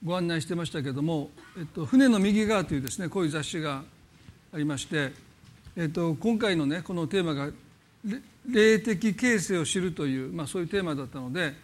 ご案内してましたけども、船の右側というですね、こういう雑誌がありまして、今回のねこのテーマが霊的形成を知るという、そういうテーマだったので、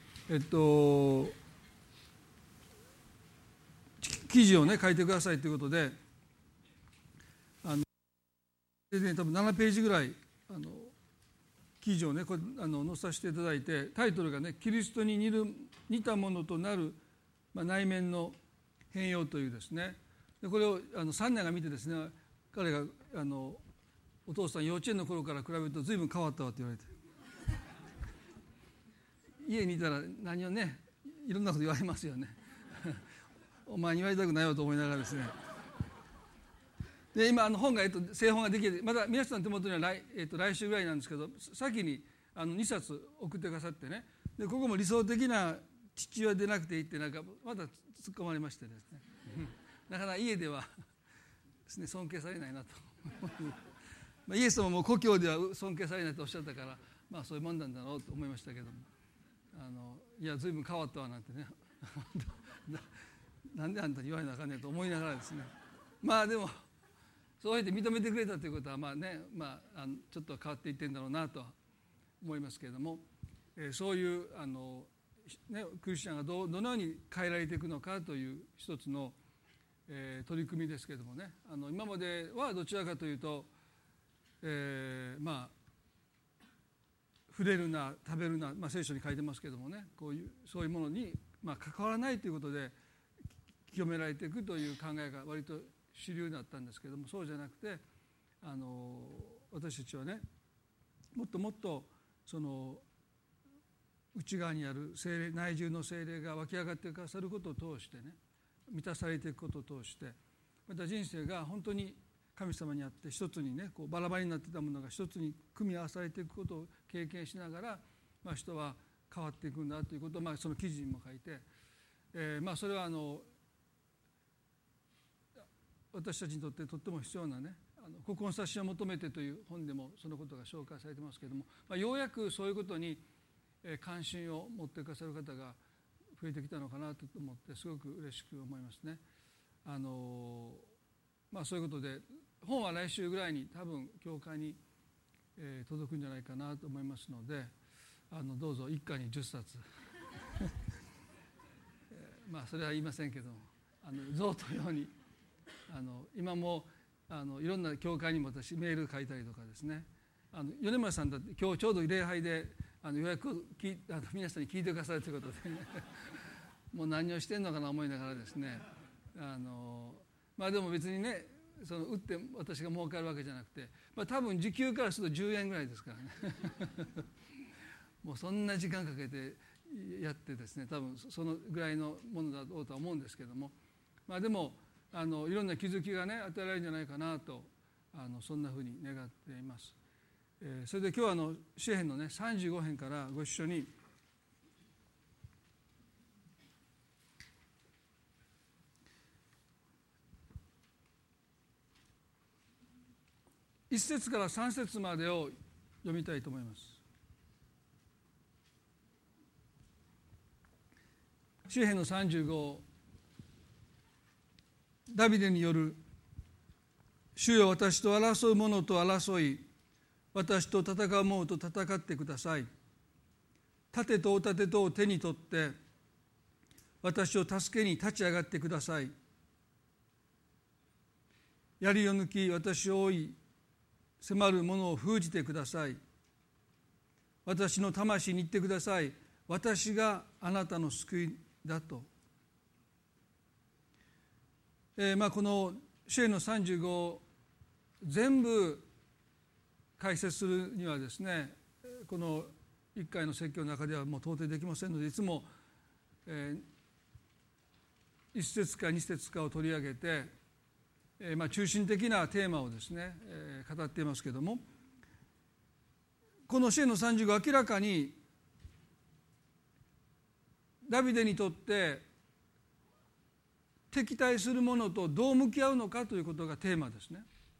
記事をね書いてくださいということで、多分7ページぐらい記事をね載させていただいて、タイトルがねキリストに似たものとなる、内面の変容というですね。でこれを三男が見てですね、彼がお父さん幼稚園の頃から比べると随分変わったわって言われて、家にいたら何をねいろんなこと言われますよねお前に言われたくないよと思いながらですね。で今本が製本ができて、まだ皆さんの手元には来週ぐらいなんですけど、先に2冊送ってくださってね、でここも理想的な父親でなくていいってまた突っ込まれましてですねなかなか家ではですね尊敬されないなとイエス様も故郷では尊敬されないとおっしゃったから、そういうもんなんだろうと思いましたけども、いや随分変わったわなんてねなんであんたに言われなあかんねんと思いながらですね、でもそうやって認めてくれたということはちょっと変わっていってんだろうなとは思いますけれども、そういうクリスチャンがどのように変えられていくのかという一つの、取り組みですけれどもね、今まではどちらかというと、触れるな食べるな、聖書に書いてますけどもね、そういうものに、関わらないということで清められていくという考えが割と主流だったんですけども、そうじゃなくて私たちはねもっともっとその内側にある聖霊、内住の聖霊が湧き上がってくださることを通してね、満たされていくことを通して、また人生が本当に神様にあって一つにねバラバラになっていたものが一つに組み合わされていくことを経験しながら、人は変わっていくんだということを、その記事にも書いて、それは私たちにとってとっても必要なね志を求めてという本でもそのことが紹介されてますけれども、ようやくそういうことに関心を持ってくださる方が増えてきたのかなと思ってすごく嬉しく思いますね。そういうことで本は来週ぐらいに多分教会に届くんじゃないかなと思いますので、どうぞ一家に10冊それは言いませんけども、贈答用に今もいろんな教会にも私メール書いたりとかですね、米村さんだって今日ちょうど礼拝で予約を皆さんに聞いてくださるということで、ね、もう何をしてんのかな思いながらですね、でも別にね打って私が儲かるわけじゃなくて、多分時給からすると10円ぐらいですからねもうそんな時間かけてやってですね、多分そのぐらいのものだろうとは思うんですけども、でもいろんな気づきがね与えられるんじゃないかなとそんなふうに願っています。それで今日は詩編のね35編からご一緒に1節から3節までを読みたいと思います。詩編の35、ダビデによる主よ私と争う者と争い、私と戦う者と戦ってください。盾とお盾とを手に取って私を助けに立ち上がってください。槍を抜き私を追い迫る者を封じてください。私の魂に言ってください。私があなたの救いだと。この詩編の35全部解説するにはですね、この1回の説教の中ではもう到底できませんので、いつも1節か2節かを取り上げて、中心的なテーマをですね、語っていますけれども、この詩編の35明らかにダビデにとって敵対するものとどう向き合うのかということがテーマですね。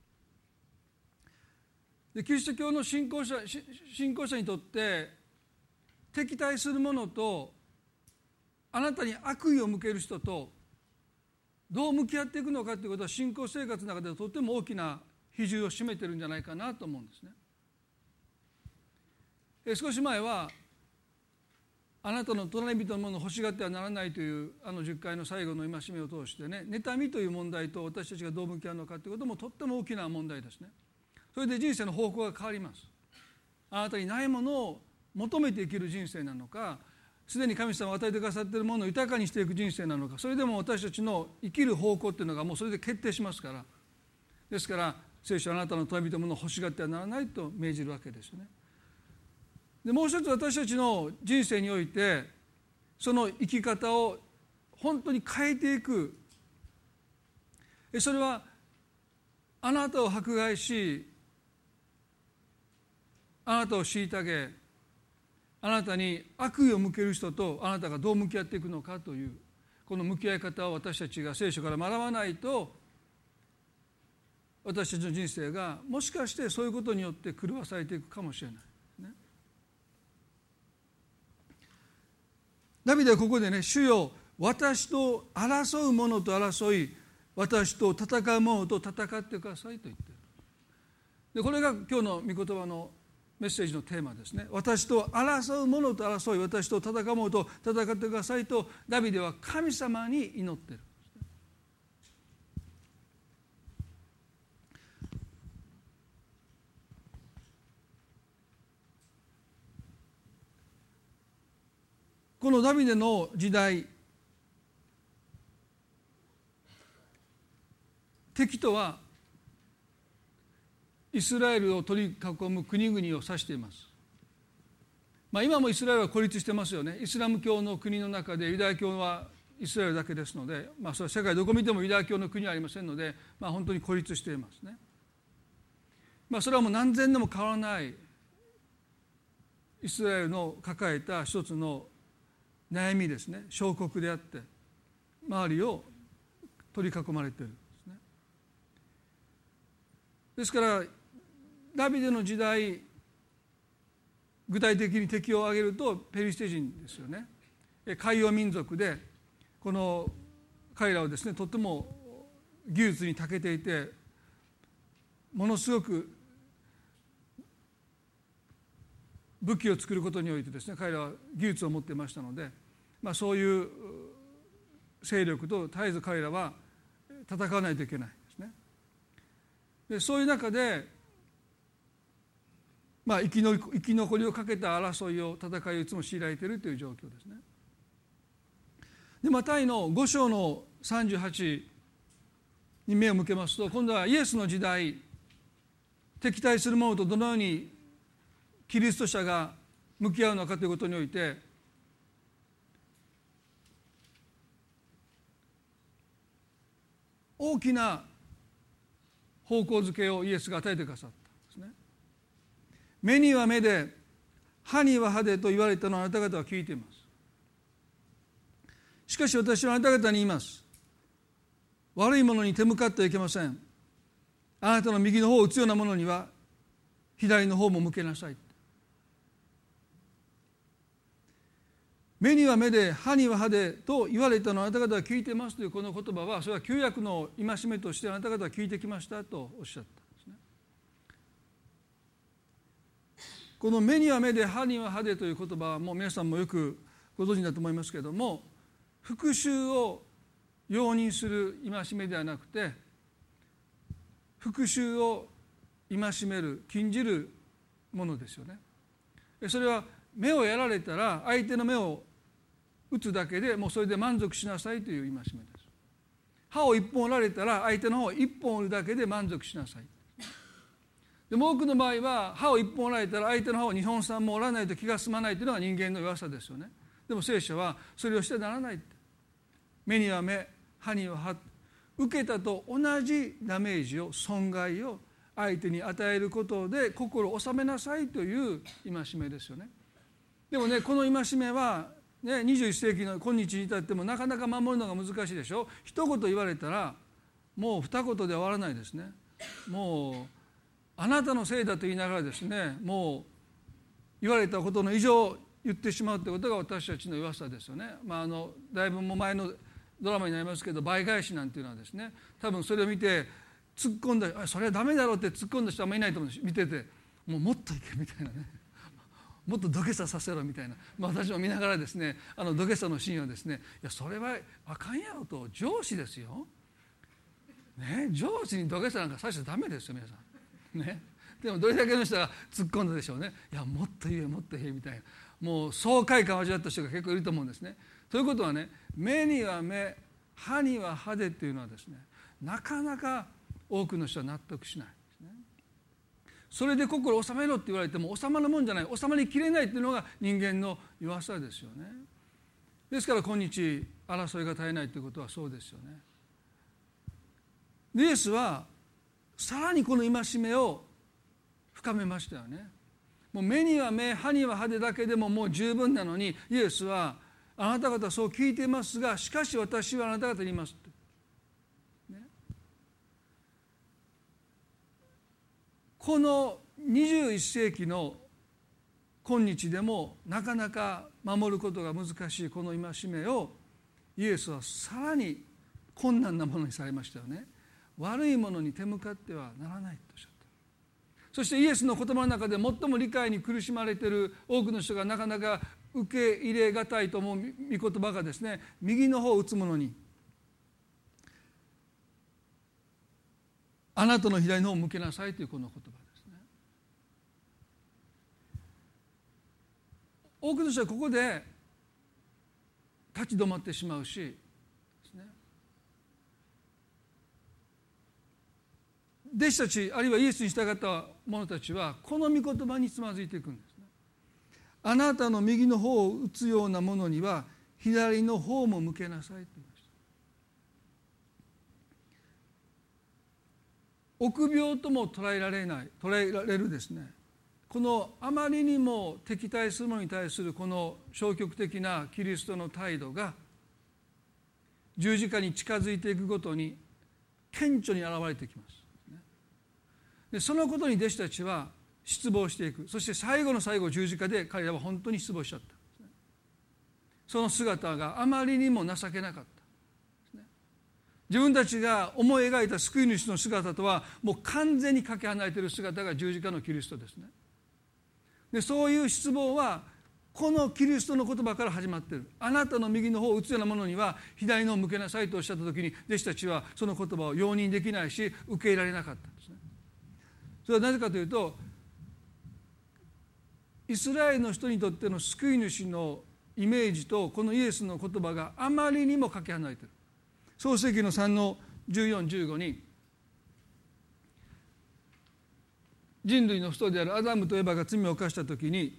でキリスト教の信仰者にとって敵対するものとあなたに悪意を向ける人とどう向き合っていくのかということは信仰生活の中でとても大きな比重を占めているんじゃないかなと思うんですね。少し前はあなたの隣人のものを欲しがってはならないという10回の最後の戒めを通してね、妬みという問題と私たちがどう向き合うのかということもとっても大きな問題ですね。それで人生の方向が変わります。あなたにないものを求めて生きる人生なのか、すでに神様が与えてくださっているものを豊かにしていく人生なのか、それでも私たちの生きる方向っていうのがもうそれで決定しますから、ですから聖書はあなたの隣人のものを欲しがってはならないと命じるわけですよね。でもう一つ私たちの人生においてその生き方を本当に変えていく、それはあなたを迫害し、あなたを虐げ、あなたに悪意を向ける人とあなたがどう向き合っていくのかというこの向き合い方を私たちが聖書から学ばないと、私たちの人生がもしかしてそういうことによって狂わされていくかもしれない。ダビデはここでね、主よ私と争う者と争い、私と戦う者と戦ってくださいと言っている。でこれが今日の御言葉のメッセージのテーマですね。私と争う者と争い、私と戦う者と戦ってくださいとダビデは神様に祈っている。このダビデの時代、敵とはイスラエルを取り囲む国々を指しています。今もイスラエルは孤立してますよね。イスラム教の国の中でユダヤ教はイスラエルだけですので、それは世界どこ見てもユダヤ教の国はありませんので、本当に孤立していますね。それはもう何千年も変わらないイスラエルの抱えた一つの悩みですね。小国であって周りを取り囲まれているんですね。ですからダビデの時代、具体的に敵を挙げるとペリシテ人ですよね。海洋民族で、この彼らはですねとても技術に長けていて、ものすごく武器を作ることにおいてですね彼らは技術を持っていましたので、そういう勢力と絶えず彼らは戦わないといけないですね。でそういう中で、生き残りをかけた争いを戦いをいつも強いられているという状況ですね。でマタイの5章の38に目を向けますと、今度はイエスの時代、敵対する者とどのようにキリスト者が向き合うのかということにおいて、大きな方向づけをイエスが与えてくださったんですね。目には目で歯には歯でと言われたのをあなた方は聞いています。しかし私はあなた方に言います。悪いものに手向かってはいけません。あなたの右の方を打つようなものには左の方も向けなさい。目には目で歯には歯でと言われたのをあなた方は聞いていますというこの言葉は、それは旧約の戒めとしてあなた方は聞いてきましたとおっしゃったんですね。この目には目で歯には歯でという言葉はもう皆さんもよくご存知だと思いますけれども、復讐を容認する戒めではなくて、復讐を戒める禁じるものですよね。それは目をやられたら相手の目を打つだけでもうそれで満足しなさいという戒めです。歯を一本折られたら相手の方を一本折るだけで満足しなさい。でも多くの場合は歯を一本折られたら相手の歯を2本3本折らないと気が済まないというのが人間の弱さですよね。でも聖書はそれをしてならない。目には目、歯には歯、受けたと同じダメージを、損害を相手に与えることで心を収めなさいという戒めですよね。でもね、この戒めは、21世紀の今日に至ってもなかなか守るのが難しいでしょ。一言言われたらもう二言で終わらないですね。もうあなたのせいだと言いながらですね、もう言われたことの以上言ってしまうということが私たちの弱さですよね。だいぶも前のドラマになりますけど、倍返しなんていうのはですね、多分それを見て突っ込んだ、それはダメだろうって突っ込んだ人はあんまりいないと思うんです。見ててもっといけみたいなね、もっと土下座させろみたいな、私も見ながらですね、土下座のシーンはですね、いやそれはあかんやろと、上司ですよ、ね、上司に土下座なんかさせちゃダメですよ皆さん、ね、でもどれだけの人が突っ込んだでしょうね。いやもっと言えもっと言えみたいな、もう爽快感を味わった人が結構いると思うんですね。ということはね、目には目、歯には歯でっていうのはですね、なかなか多くの人は納得しないですね。それで心を収めろって言われても収まるもんじゃない、収まりきれないっていうのが人間の弱さですよね。ですから今日争いが絶えないということはそうですよね。イエスはさらにこの戒めを深めましたよね。もう目には目、歯には歯でだけでももう十分なのに、イエスはあなた方はそう聞いていますが、しかし私はあなた方に言いますって、ね、この21世紀の今日でもなかなか守ることが難しいこの戒めをイエスはさらに困難なものにされましたよね。悪いものに手向かってはならないとおっしゃった。そしてイエスの言葉の中で最も理解に苦しまれている多くの人がなかなか受け入れがたいと思う御言葉がですね、右の方を打つ者にあなたの左の方を向けなさいというこの言葉ですね。多くの人はここで立ち止まってしまうしですね、弟子たちあるいはイエスに従った者たちはこの御言葉につまずいていくんですね。あなたの右の方を打つようなものには左の方も向けなさいと言いました。臆病とも捉えられるですね、このあまりにも敵対するものに対するこの消極的なキリストの態度が十字架に近づいていくごとに顕著に現れてきます。でそのことに弟子たちは失望していく。そして最後の最後十字架で彼らは本当に失望しちゃった。その姿があまりにも情けなかった。自分たちが思い描いた救い主の姿とはもう完全にかけ離れている姿が十字架のキリストですね。でそういう失望はこのキリストの言葉から始まっている。あなたの右の方を打つようなものには左のを向けなさいとおっしゃった時に弟子たちはその言葉を容認できないし受け入れられなかったんですね。それはなぜかというと、イスラエルの人にとっての救い主のイメージとこのイエスの言葉があまりにもかけ離れている。創世記の3の14、15に人類の人であるアダムとエバが罪を犯したときに、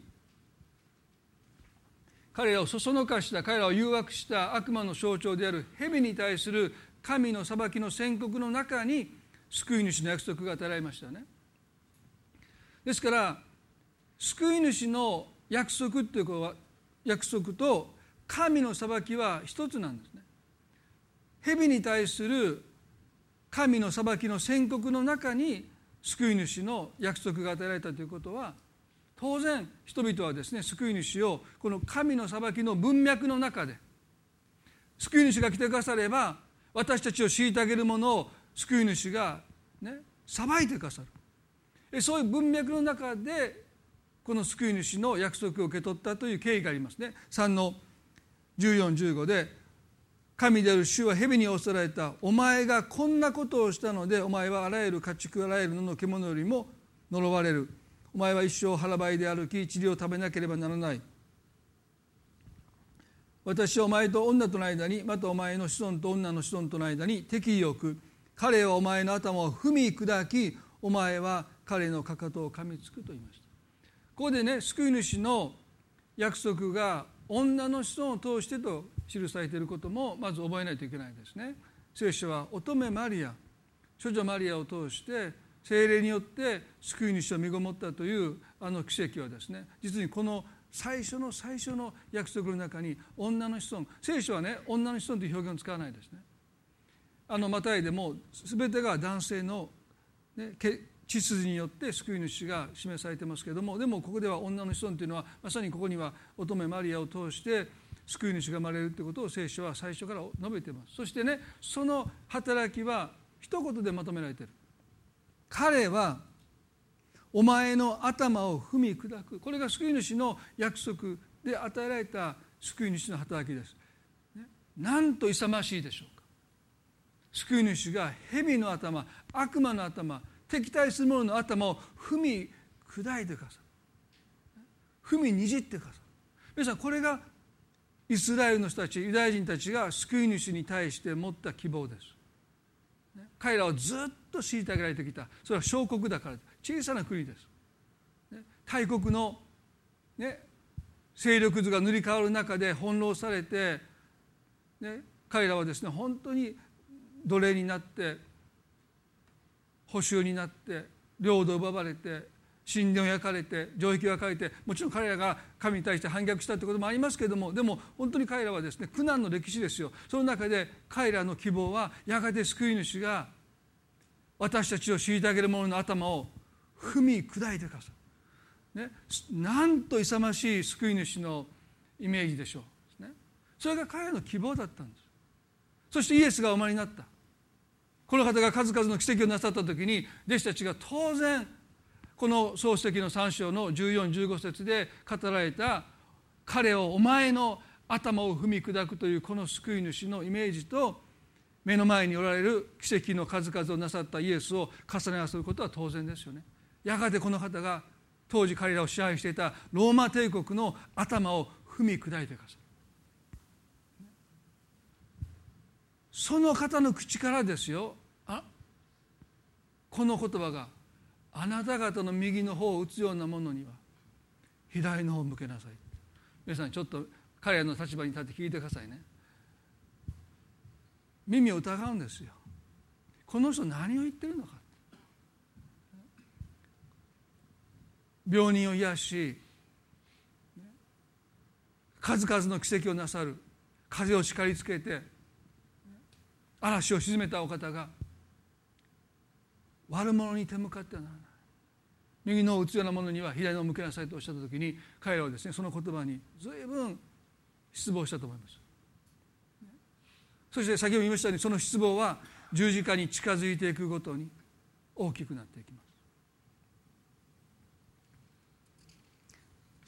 彼らをそそのかした、彼らを誘惑した悪魔の象徴である蛇に対する神の裁きの宣告の中に救い主の約束が与えられましたよね。ですから救い主の約束ということは、約束と神の裁きは一つなんですね。蛇に対する神の裁きの宣告の中に救い主の約束が与えられたということは、当然人々はですね、救い主をこの神の裁きの文脈の中で、救い主が来てくだされば私たちを虐げる者を救い主がね裁いてくださる、そういう文脈の中でこの救い主の約束を受け取ったという経緯がありますね。3の14、15で、神である主は蛇に仰せられた。お前がこんなことをしたので、お前はあらゆる家畜、あらゆる野の獣よりも呪われる。お前は一生腹ばいで歩き、塵を食べなければならない。私はお前と女との間に、またお前の子孫と女の子孫との間に敵意を置く。彼はお前の頭を踏み砕き、お前は彼のかかとを噛みつくと言いました。ここでね、救い主の約束が女の子孫を通してと記されていることもまず覚えないといけないですね。聖書は乙女マリア、処女マリアを通して聖霊によって救い主を身ごもったというあの奇跡はですね、実にこの最初の約束の中に女の子孫、聖書はね女の子孫という表現を使わないですね。マタイでも全てが男性の、ね、 血筋によって救い主が示されていますけれども、でもここでは女の子孫というのはまさにここには乙女マリアを通して救い主が生まれるということを聖書は最初から述べています。そしてね、その働きは一言でまとめられている。彼はお前の頭を踏み砕く。これが救い主の約束で与えられた救い主の働きです。なんと勇ましいでしょうか。救い主が蛇の頭、悪魔の頭、敵対する者の頭を踏み砕いてください。踏みにじってください。皆さん、これがイスラエルの人たち、ユダヤ人たちが救い主に対して持った希望です。彼らはずっと虐げられてきた。それは小国だから、小さな国です。大国の、勢力図が塗り替わる中で翻弄されて、彼らはですね、本当に奴隷になって捕囚になって領土を奪われて神殿を焼かれて城壁を焼かれて、もちろん彼らが神に対して反逆したということもありますけれども、でも本当に彼らはですね、苦難の歴史ですよ。その中で彼らの希望はやがて救い主が私たちを虐げる者の頭を踏み砕いてください、なんと勇ましい救い主のイメージでしょう、それが彼らの希望だったんです。そしてイエスがお生まれになった。この方が数々の奇跡をなさった時に、弟子たちが当然この創世記の3章の14、15節で語られた彼をお前の頭を踏み砕くというこの救い主のイメージと、目の前におられる奇跡の数々をなさったイエスを重ね合わせることは当然ですよね。やがてこの方が当時彼らを支配していたローマ帝国の頭を踏み砕いてください。その方の口からですよ、この言葉が、あなた方の右の方を打つようなものには左の方を向けなさい。皆さんちょっと彼らの立場に立って聞いてくださいね。耳を疑うんですよ。この人何を言ってるのか。病人を癒し、数々の奇跡をなさる、風を叱りつけて嵐を鎮めたお方が悪者に手向かってはならない。右のを打つようなものには左のを向けなさいとおっしゃったときに、彼らはですね、その言葉に随分失望したと思います。そして先ほど言いましたように、その失望は十字架に近づいていくごとに大きくなっていきます。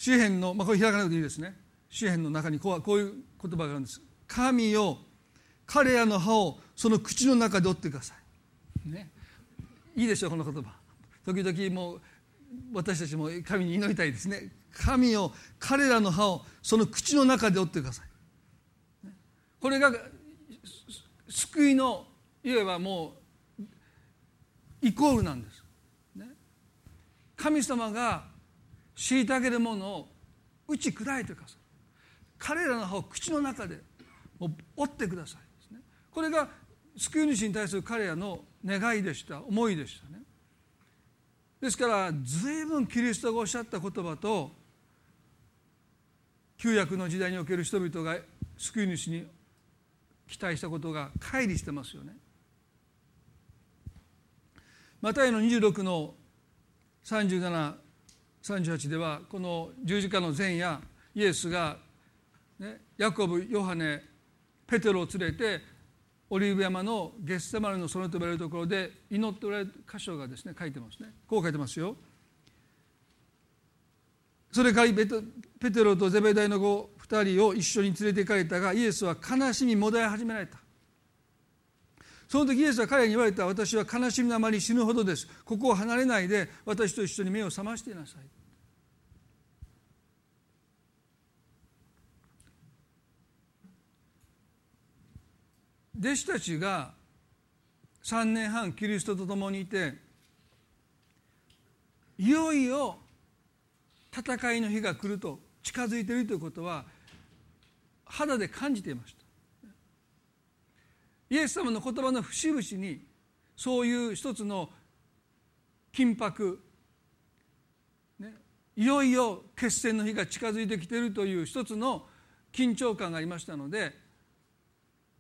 詩編の、これ開かなくていいですね。詩編の中にこういう言葉があるんです。神よ、彼らの歯をその口の中で折ってください、いいでしょう、この言葉。時々もう私たちも神に祈りたいですね。神よ、彼らの歯をその口の中で折ってください。これが救いのいわばもうイコールなんです、神様が虐げるものを打ち砕いてください。彼らの歯を口の中でもう折ってください。これが救い主に対する彼らの願いでした、思いでしたね。ですから随分キリストがおっしゃった言葉と旧約の時代における人々が救い主に期待したことが乖離してますよね。マタイの26の37、38では、この十字架の前夜、イエスが、ヤコブ、ヨハネ、ペテロを連れてオリーブ山のゲッセマネの園と呼ばれるところで祈っておられる箇所がですね、書いてますね。こう書いてますよ。それからペテロとゼベダイの子2人を一緒に連れて行かれたが、イエスは悲しみもだえ始められた。その時イエスは彼らに言われた。私は悲しみのあまり死ぬほどです。ここを離れないで私と一緒に目を覚ましていなさい。弟子たちが3年半キリストと共にいて、いよいよ戦いの日が来ると近づいているということは肌で感じていました。イエス様の言葉の節々にそういう一つの緊迫、いよいよ決戦の日が近づいてきているという一つの緊張感がありましたので、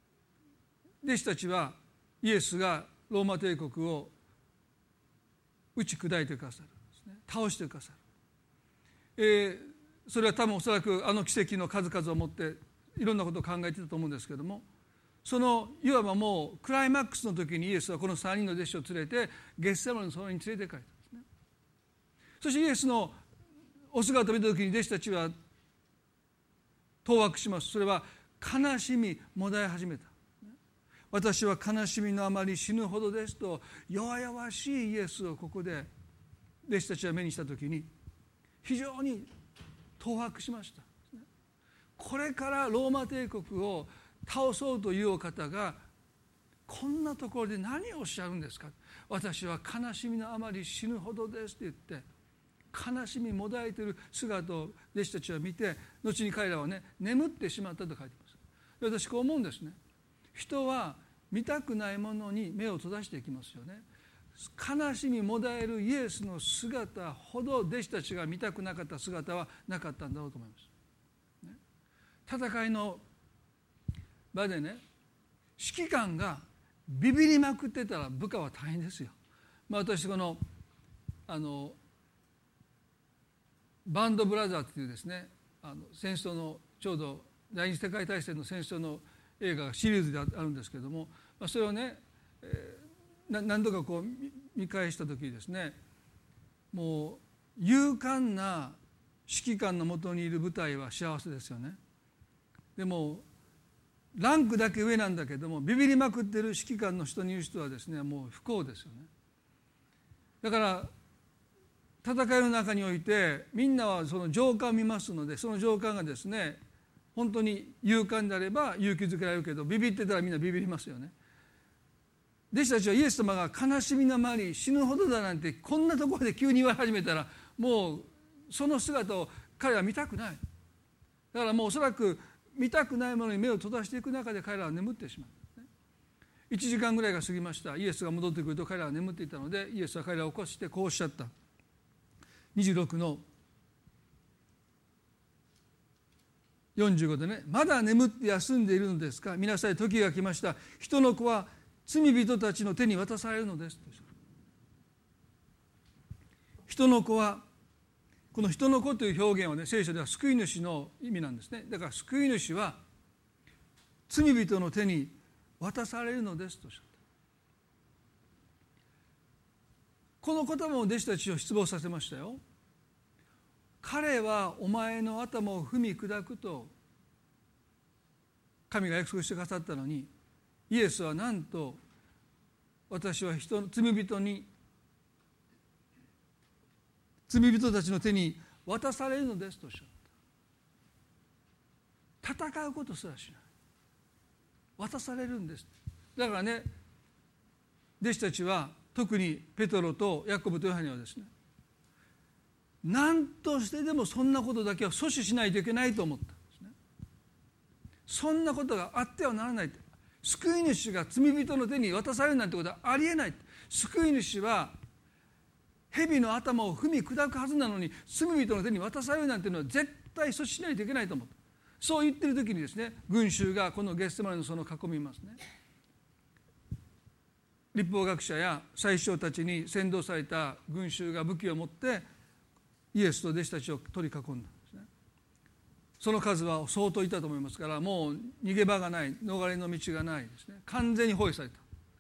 弟子たちはイエスがローマ帝国を打ち砕いてくださるですね、倒してくださる。それは多分おそらくあの奇跡の数々を持っていろんなことを考えていたと思うんですけれども、そのいわばもうクライマックスの時にイエスはこの3人の弟子を連れてゲッセマネの園に連れて帰ったんですね。そしてイエスのお姿を見た時に弟子たちは当惑します。それは悲しみもだえ始めた。私は悲しみのあまり死ぬほどですと弱々しいイエスをここで弟子たちは目にした時に非常に当惑しました。これからローマ帝国を倒そうというお方がこんなところで何をおっしゃるんですか。私は悲しみのあまり死ぬほどですって言って悲しみもだえている姿を弟子たちは見て、後に彼らはね眠ってしまったと書いてます。私こう思うんですね。人は見たくないものに目を閉ざしていきますよね。悲しみもだえるイエスの姿ほど弟子たちが見たくなかった姿はなかったんだろうと思います、戦いの場でね、指揮官がビビりまくってたら部下は大変ですよ。私このバンドブラザーっていうですね、戦争のちょうど第二次世界大戦の戦争の映画がシリーズであるんですけれども、それをね、何度かこう見返した時にですね、もう勇敢な指揮官のもとにいる部隊は幸せですよね。でもランクだけ上なんだけどもビビりまくってる指揮官の人にいる人はですね、もう不幸ですよね。だから戦いの中においてみんなはその上官を見ますので、その上官がですね本当に勇敢であれば勇気づけられるけど、ビビってたらみんなビビりますよね。弟子たちはイエス様が悲しみのあまり死ぬほどだなんてこんなところで急に言われ始めたら、もうその姿を彼らは見たくない。だからもうおそらく見たくないものに目を閉ざしていく中で彼らは眠ってしまう。1時間ぐらいが過ぎました。イエスが戻ってくると彼らは眠っていたので、イエスは彼らを起こしてこうおっしゃった。26の45でね、まだ眠って休んでいるのですか。見なさい、時が来ました。人の子は罪人たちの手に渡されるのです。人の子は、この人の子という表現はね、聖書では救い主の意味なんですね。だから救い主は罪人の手に渡されるのですとおっしゃった。この言葉も弟子たちを失望させましたよ。彼はお前の頭を踏み砕くと神が約束してくださったのに、イエスはなんと私は罪人たちの手に渡されるのですとおっしゃった。戦うことすらしない、渡されるんです。だからね、弟子たちは特にペトロとヤコブとヨハネはですね、何としてでもそんなことだけは阻止しないといけないと思ったんですね。そんなことがあってはならない。救い主が罪人の手に渡されるなんてことはありえない。救い主は蛇の頭を踏み砕くはずなのに罪人の手に渡されるなんていうのは絶対阻止しないといけないと思った。そう言ってる時にですね、群衆がこのゲッセマネの園を囲みますね。律法学者や宰相たちに先導された群衆が武器を持ってイエスと弟子たちを取り囲んだんですね。その数は相当いたと思いますから、もう逃げ場がない、逃れの道がないですね。完全に包囲された。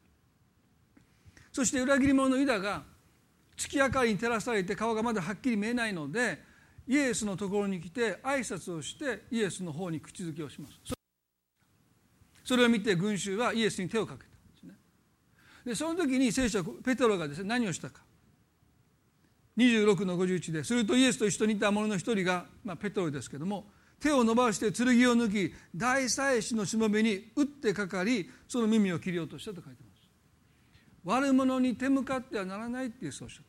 そして裏切り者のユダが月明かりに照らされて顔がまだはっきり見えないので、イエスのところに来て挨拶をしてイエスの方に口づけをします。それを見て群衆はイエスに手をかけたんですね。でその時に聖書はペテロがですね、何をしたか。26の51で、するとイエスと一緒にいた者の一人が、ペテロですけども、手を伸ばして剣を抜き大祭司のしもべに打ってかかり、その耳を切り落としたと書いてます。悪者に手向かってはならないってイエスはおっしゃった。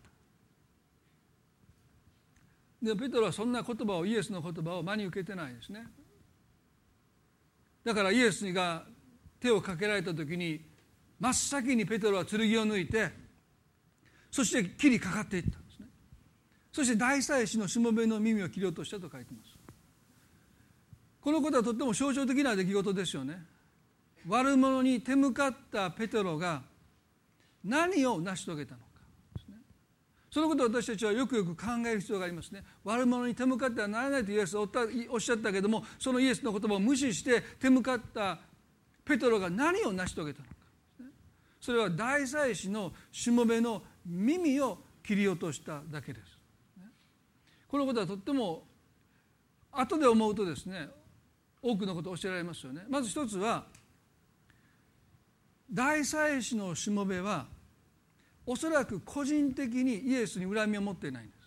でペテロはそんな言葉を、イエスの言葉を真に受けてないですね。だからイエスが手をかけられた時に真っ先にペテロは剣を抜いて、そして切りかかっていったんですね。そして大祭司のしもべの耳を切り落としたと書いてます。このことはとっても象徴的な出来事ですよね。悪者に手向かったペテロが何を成し遂げたのかですね。 そのことを私たちはよくよく考える必要がありますね。悪者に手向かってはならないとイエスはおっしゃったけども、そのイエスの言葉を無視して手向かったペトロが何を成し遂げたのか。それは大祭司のしもべの耳を切り落としただけです。このことはとっても後で思うとですね、多くのことを教えられますよね。まず一つは、大祭司のしもべはおそらく個人的にイエスに恨みを持っていないんです。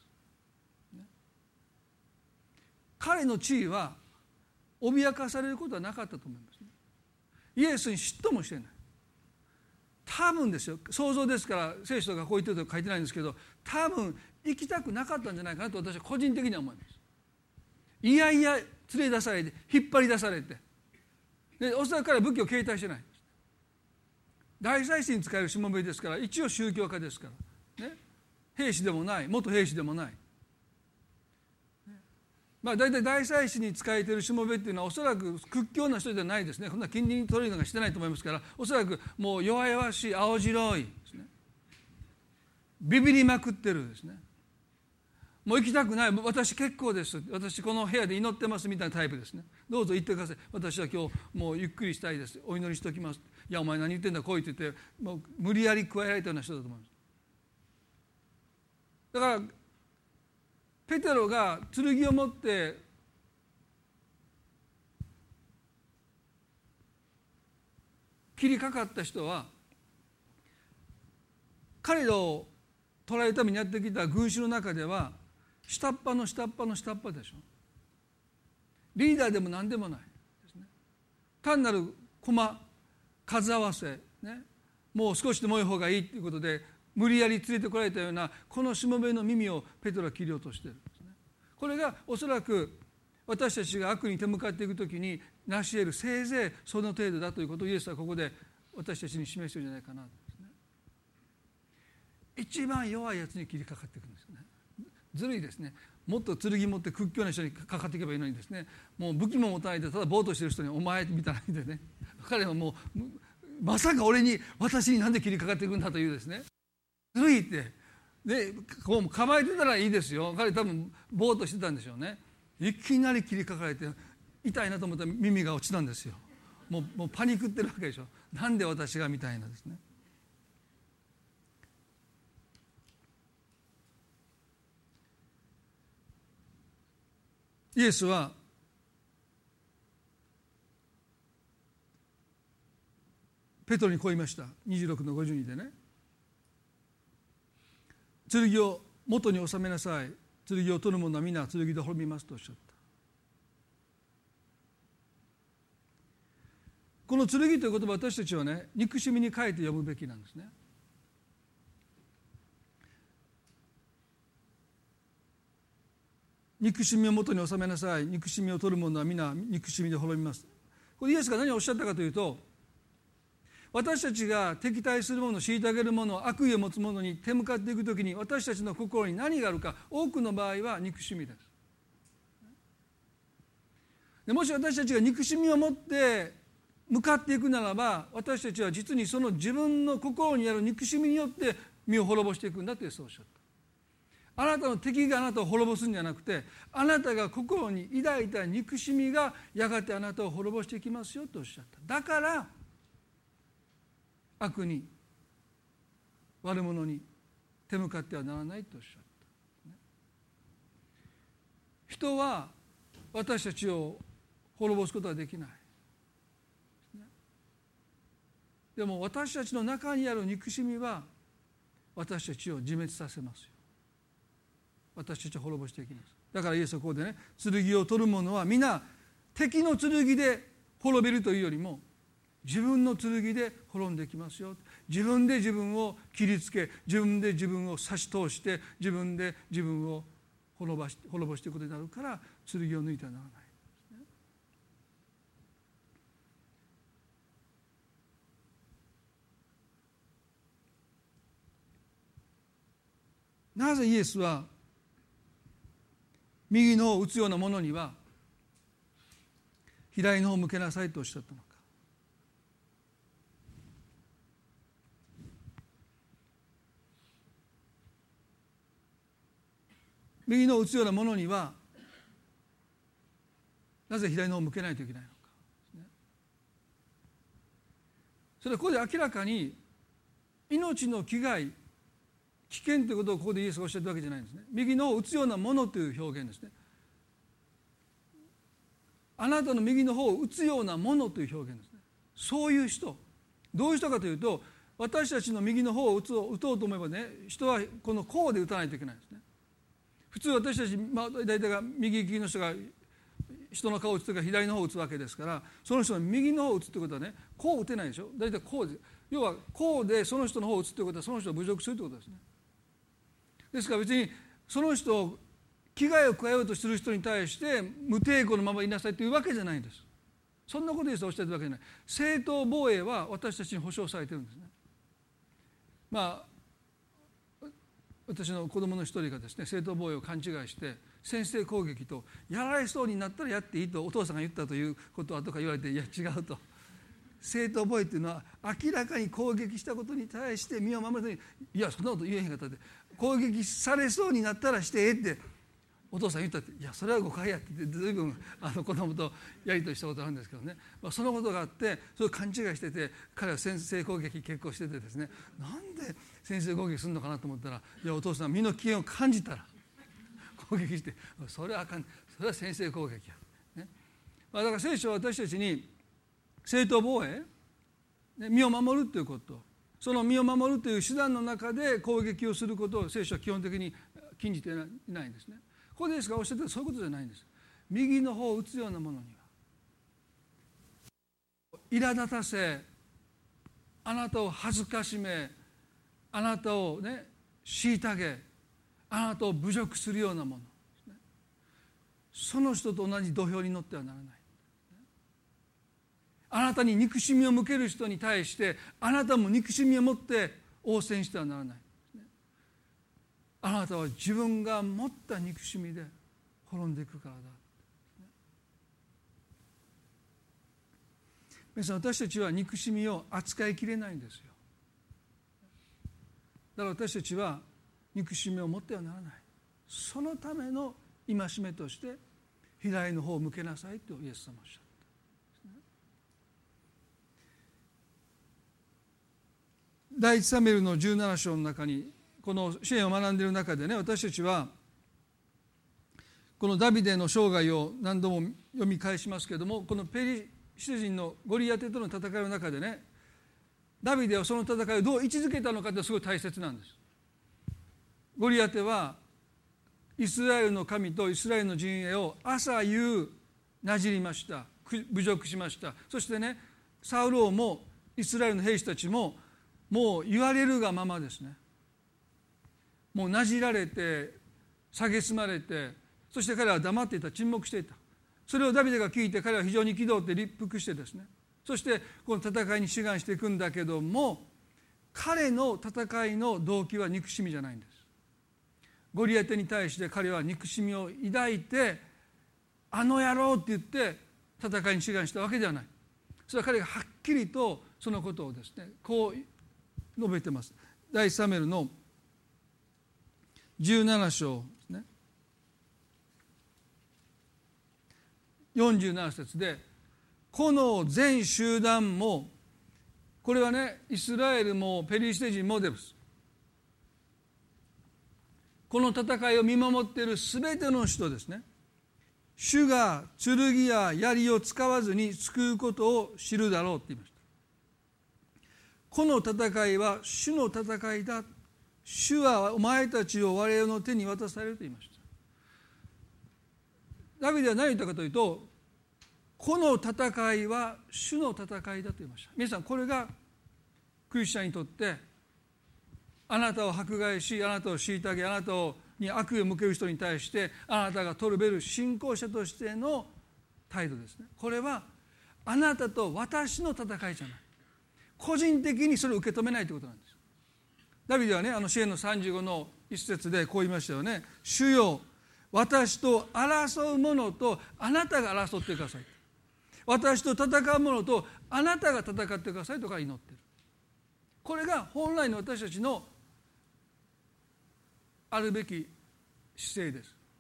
彼の地位は脅かされることはなかったと思いますね。イエスに嫉妬もしていない。多分ですよ、想像ですから聖書がこう言ってると書いてないんですけど、多分行きたくなかったんじゃないかなと私は個人的には思います。いやいや連れ出されて引っ張り出されて、でおそらく彼は武器を携帯してない。大祭司に使えるしもべですから、一応宗教家ですから、ね、兵士でもない、元兵士でもない、大体大祭司に使えているしもべっていうのはおそらく屈強な人じゃないですね。こんな近隣トレーニングがしてないと思いますから、おそらくもう弱々しい青白いですね、ビビりまくってるですね、もう行きたくない、私結構です、私この部屋で祈ってますみたいなタイプですね。どうぞ行ってください、私は今日もうゆっくりしたいです、お祈りしておきます。いやお前何言ってんだ来いって言って、もう無理やり加えられたような人だと思います。だからペテロが剣を持って切りかかった人は、彼らを捕らえるためにやってきた群衆の中では下っ端の下っ端の下っ端でしょ。リーダーでも何でもないですね。単なる数合わせ、ね、もう少しでもいい方がいいということで無理やり連れてこられたようなこのしもべの耳をペテロは切り落としているんですね。これがおそらく私たちが悪に手向かっていくときに成し得るせいぜいその程度だということをイエスはここで私たちに示しているんじゃないかなとですね。一番弱いやつに切りかかっていくんですよね。ずるいですね。もっと剣持って屈強な人にかかっていけばいいのにですね、もう武器も持たないでただぼーっとしている人にお前みたいな意味でね、彼はもうまさか私になんで切りかかっていくんだというですね、ずるいってでこう構えてたらいいですよ。彼多分ぼーっとしてたんでしょうね。いきなり切りかかれて痛いなと思ったら耳が落ちたんですよ。もうパニックってるわけでしょ。なんで私がみたいなですね。イエスはペトロにこう言いました。26の52でね、剣を元に収めなさい、剣を取る者は皆剣で滅びますとおっしゃった。この剣という言葉、私たちはね、憎しみに変えて読むべきなんですね。憎しみを元に収めなさい、憎しみを取る者は皆憎しみで滅びます。これイエスが何をおっしゃったかというと、私たちが敵対する者、虐げる者、悪意を持つ者に手向かっていくときに私たちの心に何があるか、多くの場合は憎しみです。でもし私たちが憎しみを持って向かっていくならば、私たちは実にその自分の心にある憎しみによって身を滅ぼしていくんだとそうおっしゃった。あなたの敵があなたを滅ぼすんじゃなくて、あなたが心に抱いた憎しみがやがてあなたを滅ぼしていきますよとおっしゃった。だから悪に悪者に手向かってはならないとおっしゃった。人は私たちを滅ぼすことはできない。でも私たちの中にある憎しみは私たちを自滅させますよ。私たちを滅ぼしていきます。だからイエスはここでね、剣を取る者は皆敵の剣で滅びるというよりも自分の剣で滅んでいきますよ。自分で自分を切りつけ、自分で自分を刺し通して、自分で自分を滅ぼしていくことになるから剣を抜いてはならない。なぜイエスは右の方を打つようなものには左の方を向けなさいとおっしゃったのか。 右の打つようなものにはなぜ左の方を向けないといけないのか。それはここで明らかに命の危害、危険ということをここでイエスがおっしゃったわけじゃないんですね。右の方を打つようなものという表現ですね。あなたの右の方を打つようなものという表現ですね。そういう人、どういう人かというと、私たちの右の方を打とうと思えばね、人はこのこうで打たないといけないんですね。普通私たち、大体が右利きの人が人の顔を打つというか左の方を打つわけですから、その人の右の方を打つということはね、こう打てないでしょ。大体こうで、要はこうでその人の方を打つということはその人を侮辱するということですね。ですから別にその人を危害を加えようとする人に対して無抵抗のままいなさいというわけじゃないんです。そんなことですおっしゃってるわけじゃない。正当防衛は私たちに保障されているんですね。私の子供の一人がですね、正当防衛を勘違いして先制攻撃と、やられそうになったらやっていいとお父さんが言ったということを後から言われて、いや違うと、正当防衛というのは明らかに攻撃したことに対して身を守るために、いやそんなこと言えへんかったって、攻撃されそうになったらしてってお父さん言ったって、いやそれは誤解やって言って、随分子供とやり取りしたことあるんですけどね、そのことがあってそれを勘違いしてて、彼は先制攻撃結構しててですね、なんで先制攻撃するのかなと思ったら、いやお父さん身の危険を感じたら攻撃して、それはあかん、それは先制攻撃や、ね。だから聖書は私たちに正当防衛、身を守るということ、その身を守るという手段の中で攻撃をすることを聖書は基本的に禁じていないんですね。ここでですがおっしゃってるそういうことじゃないんです。右の方を打つようなものには苛立たせ、あなたを恥ずかしめ、あなたをね虐げ、あなたを侮辱するようなもの、その人と同じ土俵に乗ってはならない。あなたに憎しみを向ける人に対してあなたも憎しみを持って応戦してはならない。あなたは自分が持った憎しみで滅んでいくからだ。皆さん、私たちは憎しみを扱いきれないんですよ。だから私たちは憎しみを持ってはならない。そのための戒めとして左の方を向けなさいとイエス様おっしゃった。第一サムエルの17章の中にこの詩篇を学んでいる中でね、私たちはこのダビデの生涯を何度も読み返しますけれども、このペリシテ人のゴリアテとの戦いの中でね、ダビデはその戦いをどう位置づけたのかってすごい大切なんです。ゴリアテはイスラエルの神とイスラエルの陣営を朝夕なじりました、侮辱しました。そしてね、サウル王もイスラエルの兵士たちももう言われるがままですね、もうなじられて蔑まれて、そして彼は黙っていた、沈黙していた。それをダビデが聞いて彼は非常に憤って立腹してですね、そしてこの戦いに志願していくんだけども、彼の戦いの動機は憎しみじゃないんです。ゴリアテに対して彼は憎しみを抱いて、あの野郎って言って戦いに志願したわけではない。それは彼がはっきりとそのことをですねこう述べてます。第一サムエルの17章ですね、47節で、この全集団も、これはねイスラエルもペリシテ人もです、この戦いを見守っているすべての人ですね、主が剣や槍を使わずに救うことを知るだろうって言いました。この戦いは主の戦いだ、主はお前たちを我々の手に渡されると言いました。ダビデは何を言ったかというと、この戦いは主の戦いだと言いました。皆さん、これがクリスチャンにとってあなたを迫害し、あなたを虐げ、あなたに悪意を向ける人に対してあなたが取るべる信仰者としての態度ですね。これはあなたと私の戦いじゃない、個人的にそれを受け止めないということなんです。ダビデはね、詩篇の35の一節でこう言いましたよね。主よ、私と争う者とあなたが争ってください、私と戦う者とあなたが戦ってくださいとか祈っている。これが本来の私たちのあるべき姿勢です。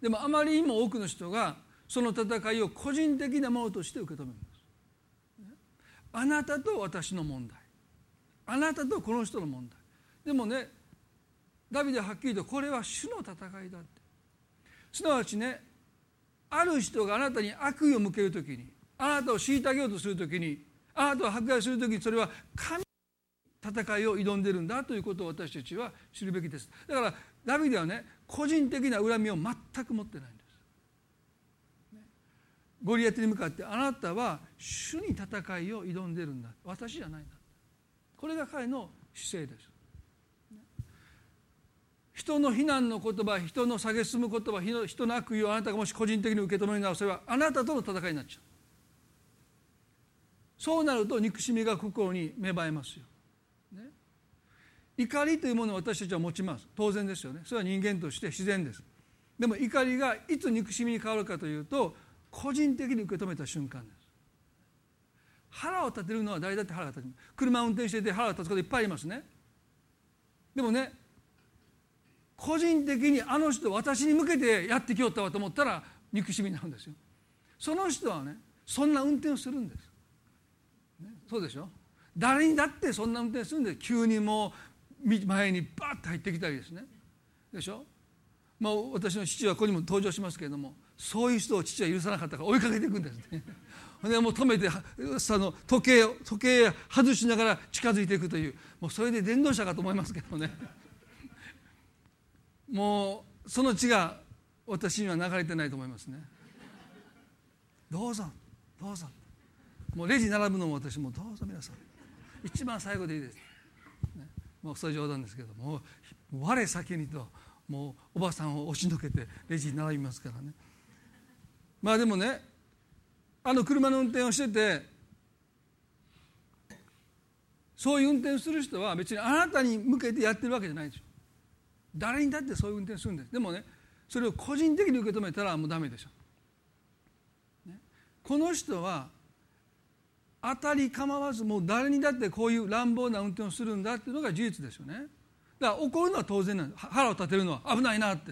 でもあまりにも多くの人がその戦いを個人的なものとして受け止めます。あなたと私の問題、あなたとこの人の問題。でもね、ダビデははっきりとこれは主の戦いだって。すなわちね、ある人があなたに悪意を向けるときに、あなたを虐げようとするときに、あなたを迫害するときに、それは神の戦いを挑んでいるんだということを私たちは知るべきです。だからダビデはね、個人的な恨みを全く持ってないんです。ゴリアテに向かって、あなたは主に戦いを挑んでいるんだ、私じゃないんだ。これが彼の姿勢です。人の非難の言葉、人の蔑む言葉、人の悪意をあなたがもし個人的に受け止めるなら、それはあなたとの戦いになっちゃう。そうなると憎しみが心に芽生えますよ、ね、怒りというものを私たちは持ちます。当然ですよね。それは人間として自然です。でも怒りがいつ憎しみに変わるかというと、個人的に受け止めた瞬間です。腹を立てるのは誰だって腹が立てる。車を運転していて腹が立つこといっぱいありますね。でもね、個人的にあの人私に向けてやってきよったわと思ったら憎しみになるんですよ。その人はね、そんな運転をするんです、ね、そうでしょ。誰にだってそんな運転するんで、急にもう前にバーッと入ってきたりですね、でしょ。まあ、私の父はここにも登場しますけれども、そういう人を父は許さなかったから追いかけていくんですね。でもう止めて時計外しながら近づいていくという、もうそれで伝道者かと思いますけどね。もうその血が私には流れてないと思いますね。どうぞどうぞ、もうレジ並ぶのも私もどうぞ皆さん一番最後でいいです、ね、もうそれ冗談ですけども、我先にともうおばさんを押しのけてレジに並びますからね。まあでもね、車の運転をしてて、そういう運転をする人は別にあなたに向けてやってるわけじゃないでしょ。誰にだってそういう運転するんです。でもね、それを個人的に受け止めたらもうダメでしょ、ね、この人は当たり構わず、もう誰にだってこういう乱暴な運転をするんだっていうのが事実ですよね。だから怒るのは当然なんです。腹を立てるのは危ないなって。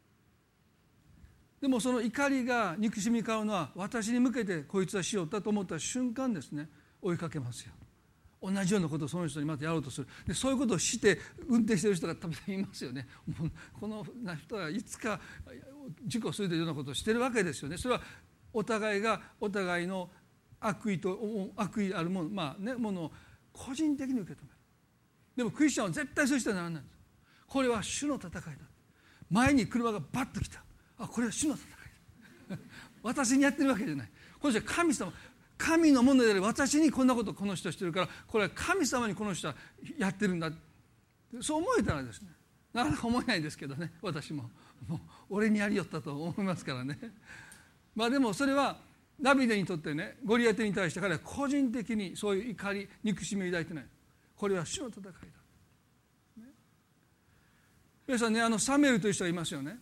でもその怒りが憎しみに変わるのは、私に向けてこいつはしよったと思った瞬間ですね、追いかけますよ。同じようなことをその人にまたやろうとする。でそういうことをして運転している人がたびたびいますよね。もうこの人はいつか事故するというようなことをしているわけですよね。それはお互いがお互いの悪意あるもの、ものを個人的に受け止める。でもクリスチャンは絶対そうしてはならないんです。これは主の戦いだ。前に車がバッと来た、これは主の戦いだ。私にやってるわけじゃない。この人は神様、神のものである私にこんなことをこの人はしてるから、これは神様にこの人はやってるんだ。そう思えたらですね、なかなか思えないんですけどね、私もう俺にやりよったと思いますからね。でもそれはダビデにとってね、ゴリアテに対して彼は個人的にそういう怒り憎しみを抱いてない。これは主の戦いだ、ね、皆さんね、サムエルという人がいますよね。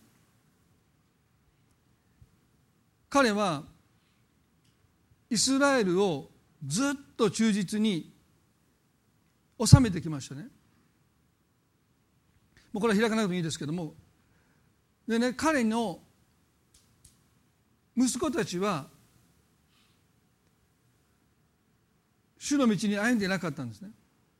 彼はイスラエルをずっと忠実に治めてきましたね。もうこれは開かなくてもいいですけども、でね、彼の息子たちは主の道に歩んでいなかったんですね。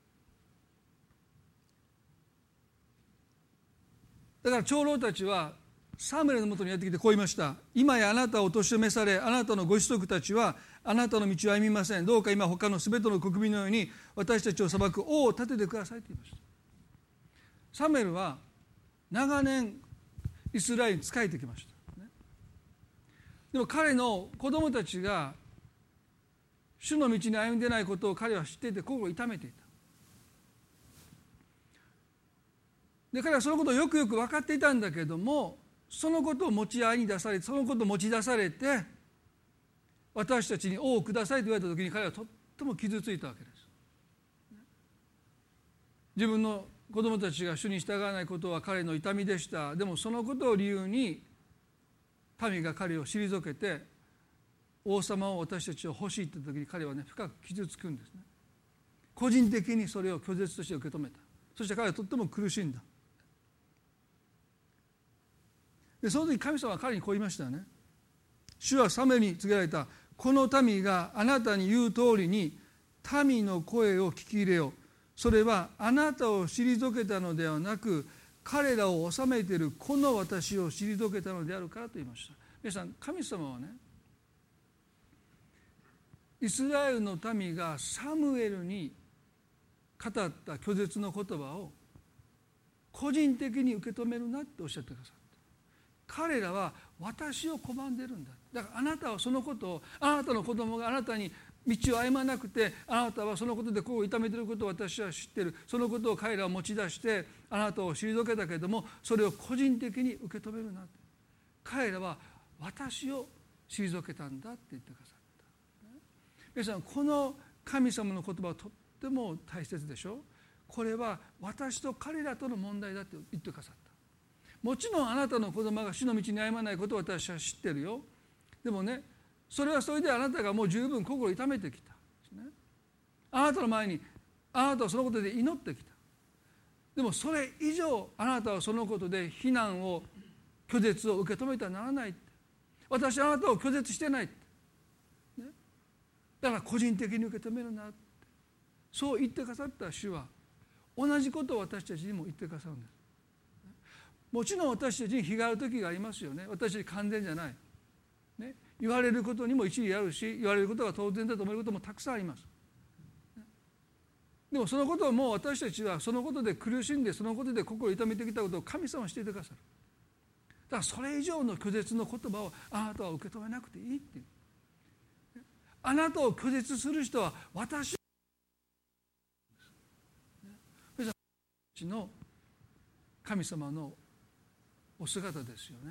だから長老たちはサムエルのもとにやってきてこう言いました。今やあなたをお年を召され、あなたのご子息たちはあなたの道を歩みません。どうか今他のすべての国民のように私たちを裁く王を立ててくださいと言いました。サムエルは長年イスラエルに仕えてきました、ね、でも彼の子供たちが主の道に歩んでないことを彼は知っていて心を痛めていた。で彼はそのことをよくよく分かっていたんだけれども、そのことを持ち合いに出されて、そのことを持ち出されて私たちに王をくださいと言われた時に彼はとっても傷ついたわけです。自分の子供たちが主に従わないことは彼の痛みでした。でもそのことを理由に民が彼を退けて王様を私たちを欲しいという時に彼はね、深く傷つくんですね。個人的にそれを拒絶として受け止めた。そして彼はとっても苦しんだ。 でその時神様は彼にこう言いましたよね。主はサムエルに告げられた。この民があなたに言う通りに民の声を聞き入れよう。それはあなたを退けたのではなく、彼らを治めているこの私を退けたのであるからと言いました。皆さん、神様はね、イスラエルの民がサムエルに語った拒絶の言葉を個人的に受け止めるなっておっしゃってくださった。彼らは私を拒んでるんだ。だからあなたはそのことを、あなたの子供があなたに道を歩まなくて、あなたはそのことでこう痛めていることを私は知っている。そのことを彼らは持ち出してあなたを退けたけれども、それを個人的に受け止めるな。彼らは私を退けたんだって言ってくださった。皆さん、この神様の言葉はとっても大切でしょ。これは私と彼らとの問題だって言ってくださった。もちろんあなたの子供が主の道に歩まないことを私は知ってるよ。でもね、それはそれであなたがもう十分心を痛めてきた、ね、あなたの前にあなたはそのことで祈ってきた。でもそれ以上あなたはそのことで非難を拒絶を受け止めてはならない。私はあなたを拒絶してない、ね、だから個人的に受け止めるなって、そう言ってくださった主は同じことを私たちにも言ってくださるんです。もちろん私たちに非がある時がありますよね。私たち完全じゃない、ね、言われることにも一理あるし、言われることが当然だと思うこともたくさんあります。でもそのことをもう私たちはそのことで苦しんで、そのことで心を痛めてきたことを神様はしていてくださる。だからそれ以上の拒絶の言葉をあなたは受け止めなくていいっていう。あなたを拒絶する人は私の神様のお姿ですよね。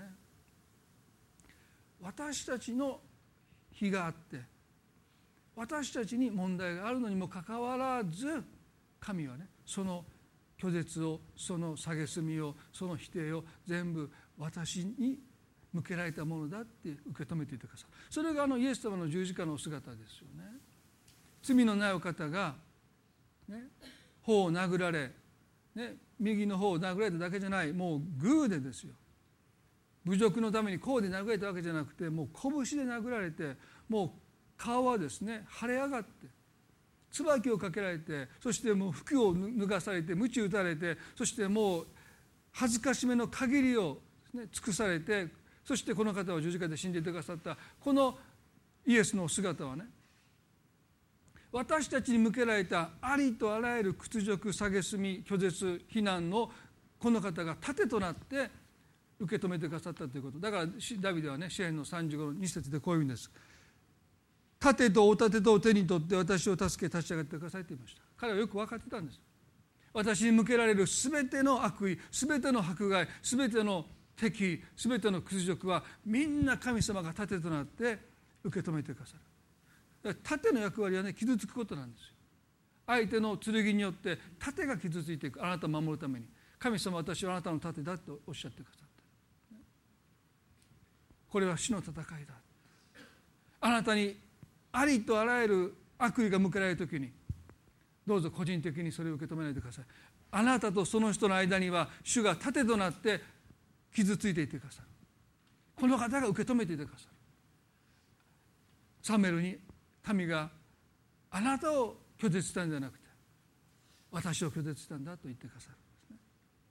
私たちの非があって私たちに問題があるのにもかかわらず、神はね、その拒絶を、その蔑みを、その否定を全部私に向けられたものだって受け止めていてください。それがイエス様の十字架のお姿ですよね。罪のないお方が、ね、頬を殴られ、ね、右の方を殴られただけじゃない、もうグーでですよ。侮辱のためにこうで殴られたわけじゃなくて、もう拳で殴られて、もう顔はですね腫れ上がって椿をかけられて、そしてもう服を脱がされて鞭打たれて、そしてもう恥ずかしめの限りを、ね、尽くされて、そしてこの方は十字架で死んでいてくださったこのイエスの姿はね、私たちに向けられたありとあらゆる屈辱、蔑み、拒絶、非難のこの方が盾となって受け止めてくださったということだから、ダビデはね、詩編の35の2節でこういうんです。盾と大盾と手に取って私を助け立ち上がってくださいと言いました。彼はよく分かってたんです。私に向けられるすべての悪意、すべての迫害、すべての敵、すべての屈辱はみんな神様が盾となって受け止めてくださる。盾の役割はね、傷つくことなんですよ。相手の剣によって盾が傷ついていく。あなたを守るために神様は私はあなたの盾だとおっしゃってくださった。これは死の戦いだ。あなたにありとあらゆる悪意が向けられるときに、どうぞ個人的にそれを受け止めないでください。あなたとその人の間には主が盾となって傷ついていてくださる。この方が受け止めていてくださる。サムエルに民があなたを拒絶したんじゃなくて私を拒絶したんだと言ってくださるんですね。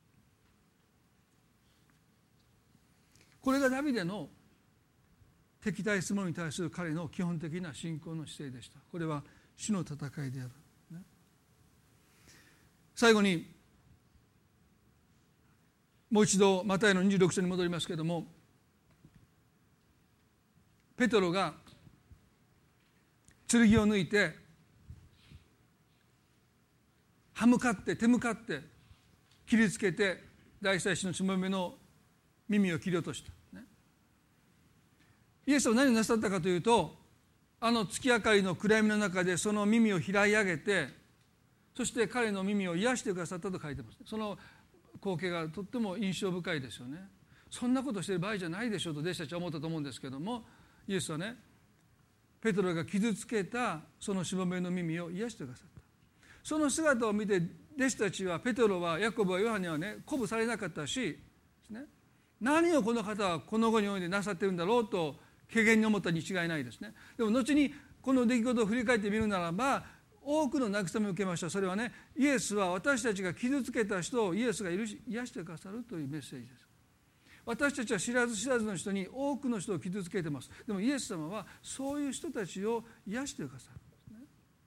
これがダビデの敵対する者に対する彼の基本的な信仰の姿勢でした。これは主の戦いである、ね、最後にもう一度マタイの26章に戻りますけれども、ペトロが剣を抜いて歯向かって手向かって切りつけて大祭司のしもべの耳を切り落とした、ね、イエスは何をなさったかというと、あの月明かりの暗闇の中でその耳を拾い上げて、そして彼の耳を癒してくださったと書いてます。その光景がとっても印象深いですよね。そんなことしている場合じゃないでしょうと弟子たちは思ったと思うんですけども、イエスはね、ペトロが傷つけたそのしもべの耳を癒してくださった。その姿を見て弟子たちは、ペトロはヤコブはヨハネはね、鼓舞されなかったし、ね、 何をこの方はこの後においてなさっているんだろうと軽減に思ったに違いないですね。でも後にこの出来事を振り返ってみるならば、多くの慰めを受けました。それはね、イエスは私たちが傷つけた人をイエスが癒してくださるというメッセージです。私たちは知らず知らずの人に多くの人を傷つけています。でもイエス様はそういう人たちを癒してくださるんですね。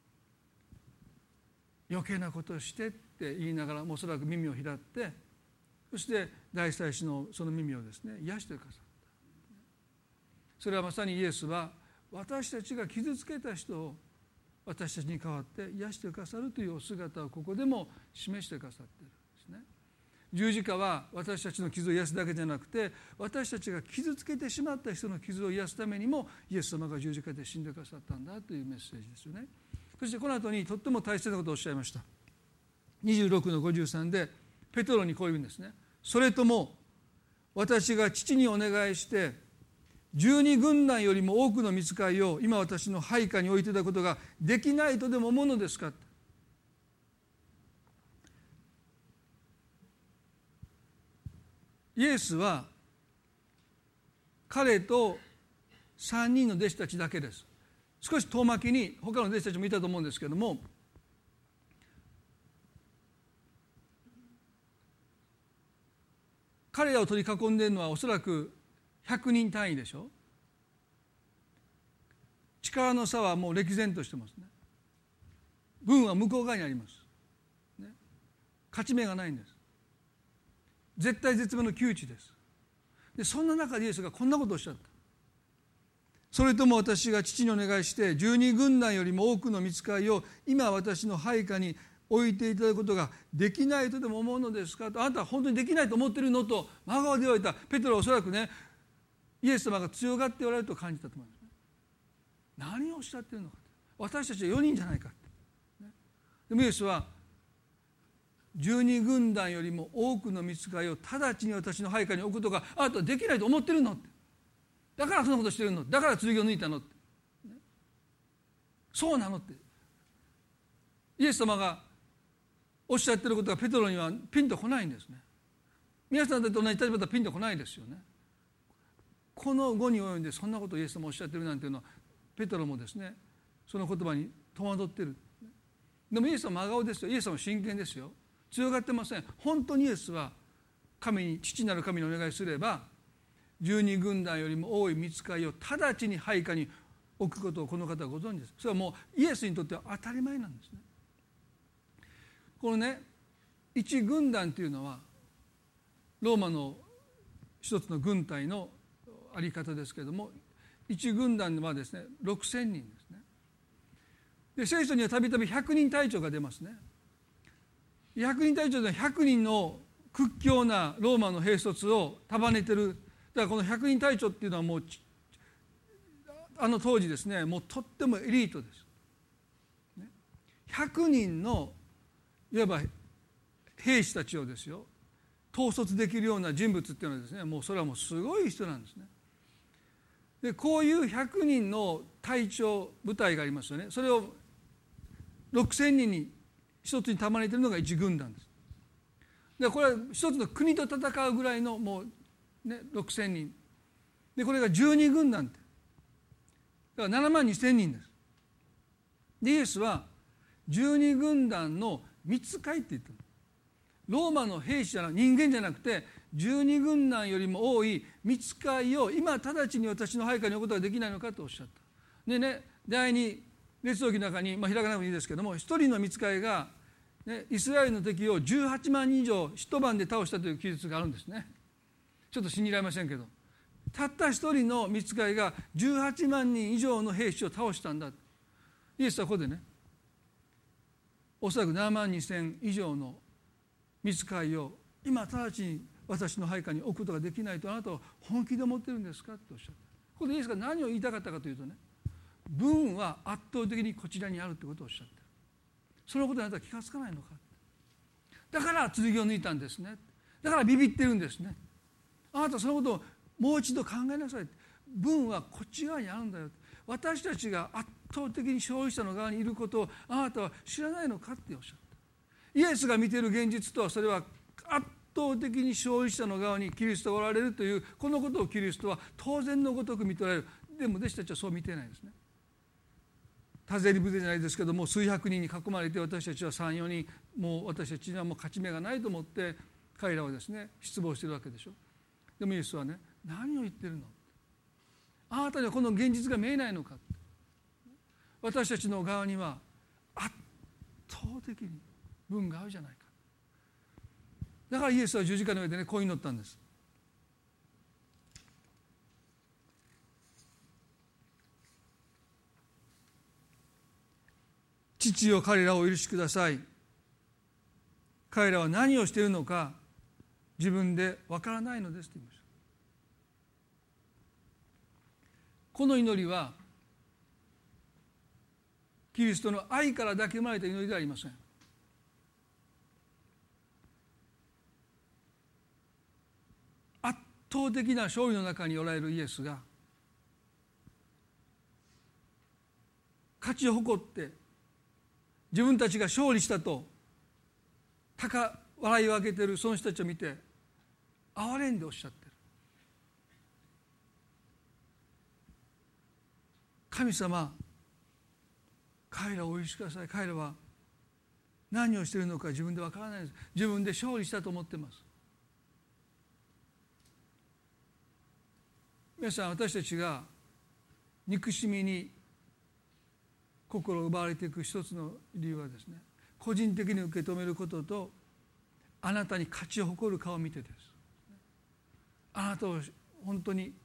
余計なことをしてって言いながら、おそらく耳を開って、そして大祭司のその耳をですね、癒してくださった。それはまさにイエスは私たちが傷つけた人を私たちに代わって癒してくださるというお姿をここでも示してくださっているんですね。十字架は私たちの傷を癒すだけじゃなくて、私たちが傷つけてしまった人の傷を癒すためにもイエス様が十字架で死んでくださったんだというメッセージですよね。そしてこの後にとっても大切なことをおっしゃいました。26の53でペトロにこう言うんですね。それとも私が父にお願いして12軍団よりも多くの御使いを今私の配下に置いていたことができないとでも思うのですか。イエスは彼と3人の弟子たちだけです。少し遠巻きに他の弟子たちもいたと思うんですけども、彼らを取り囲んでいるのはおそらく100人単位でしょ。力の差はもう歴然としてますね。軍は向こう側にあります、ね、勝ち目がないんです。絶対絶命の窮地です。でそんな中でイエスがこんなことをおっしゃった。それとも私が父にお願いして12軍団よりも多くの御使いを今私の配下に置いていただくことができないとでも思うのですかと。あなたは本当にできないと思っているのと真顔で言われた。ペテロはおそらくね、イエス様が強がっておられると感じたと思いますね。何をおっしゃっているのか。私たちは4人じゃないか。でもイエスは12軍団よりも多くの御使いを直ちに私の配下に置くことがあなたはできないと思ってるのって。だからそんなことしてるの。だから剣を抜いたのって。そうなのって。イエス様がおっしゃってることがペテロにはピンとこないんですね。皆さんだって同じ立場だったらピンとこないですよね。この後に及んでそんなことをイエス様おっしゃってるなんていうのはペテロもですね、その言葉に戸惑ってる。でもイエスは真顔ですよ。イエスは真剣ですよ。強がってません。本当にイエスは父なる神にお願いすれば12軍団よりも多い御使いを直ちに配下に置くことをこの方はご存知です。それはもうイエスにとっては当たり前なんですね。このね、一軍団というのはローマの一つの軍隊のあり方ですけれども、一軍団はですね6000人ですね。で聖書にはたびたび100人隊長が出ますね。100人隊長では100人の屈強なローマの兵卒を束ねてる。だからこの100人隊長っていうのはもうあの当時ですね、もうとってもエリートです。100人のいわば兵士たちをですよ統率できるような人物っていうのはですね、もうそれはもうすごい人なんですね。でこういう100人の隊長部隊がありますよね。それを6000人に一つに束ねているのが一軍団です。でこれは一つの国と戦うぐらいのもう、ね、6000人で、これが12軍団ってだから7万2000人です。でイエスは12軍団の御使いって言ったの。ローマの兵士じゃなく人間じゃなくて12軍団よりも多い御使いを今直ちに私の配下に置くことができないのかとおっしゃった。でね、第二列王記の中に、開かなくてもいいですけども、一人の御使いが、ね、イスラエルの敵を18万人以上一晩で倒したという記述があるんですね。ちょっと信じられませんけど、たった一人の御使いが18万人以上の兵士を倒したんだ。イエスはここでね、おそらく7万2000以上の御使いを今直ちに私の配下に置くことができないとあなたは本気で思ってるんですかとおっしゃった。ここでイエスが何を言いたかったかというとね、分は圧倒的にこちらにあるということをおっしゃってる。そのことにあなたは気がつかないのか。だから剣を抜いたんですね。だからビビってるんですね。あなたそのことをもう一度考えなさい。分はこっち側にあるんだよ。私たちが圧倒的に勝利者の側にいることをあなたは知らないのかっておっしゃった。イエスが見ている現実とはそれは圧倒的に勝利者の側にキリストがおられるというこのことをキリストは当然のごとく見とられる。でも弟子たちはそう見てないですね。タゼリブゼじゃないですけども、数百人に囲まれて私たちは 3,4 人、もう私たちにはもう勝ち目がないと思って彼らはですね失望しているわけでしょ。でもイエスはね、何を言ってるの、あなたにはこの現実が見えないのか。私たちの側には圧倒的に分があるじゃないか。だからイエスは十字架の上でね、こう祈ったんです。父よ、彼らをお許しください。彼らは何をしているのか自分でわからないのですと言いました。この祈りはキリストの愛からだけ生まれた祈りではありません。圧倒的な勝利の中におられるイエスが勝ち誇って自分たちが勝利したと高笑いを上げているその人たちを見て憐れんでおっしゃっている。神様、彼らをお許しください。彼らは何をしているのか自分でわからないです。自分で勝利したと思っています。皆さん、私たちが憎しみに心を奪われていく一つの理由はですね、個人的に受け止めることとあなたに勝ち誇る顔を見てです。あなたを本当に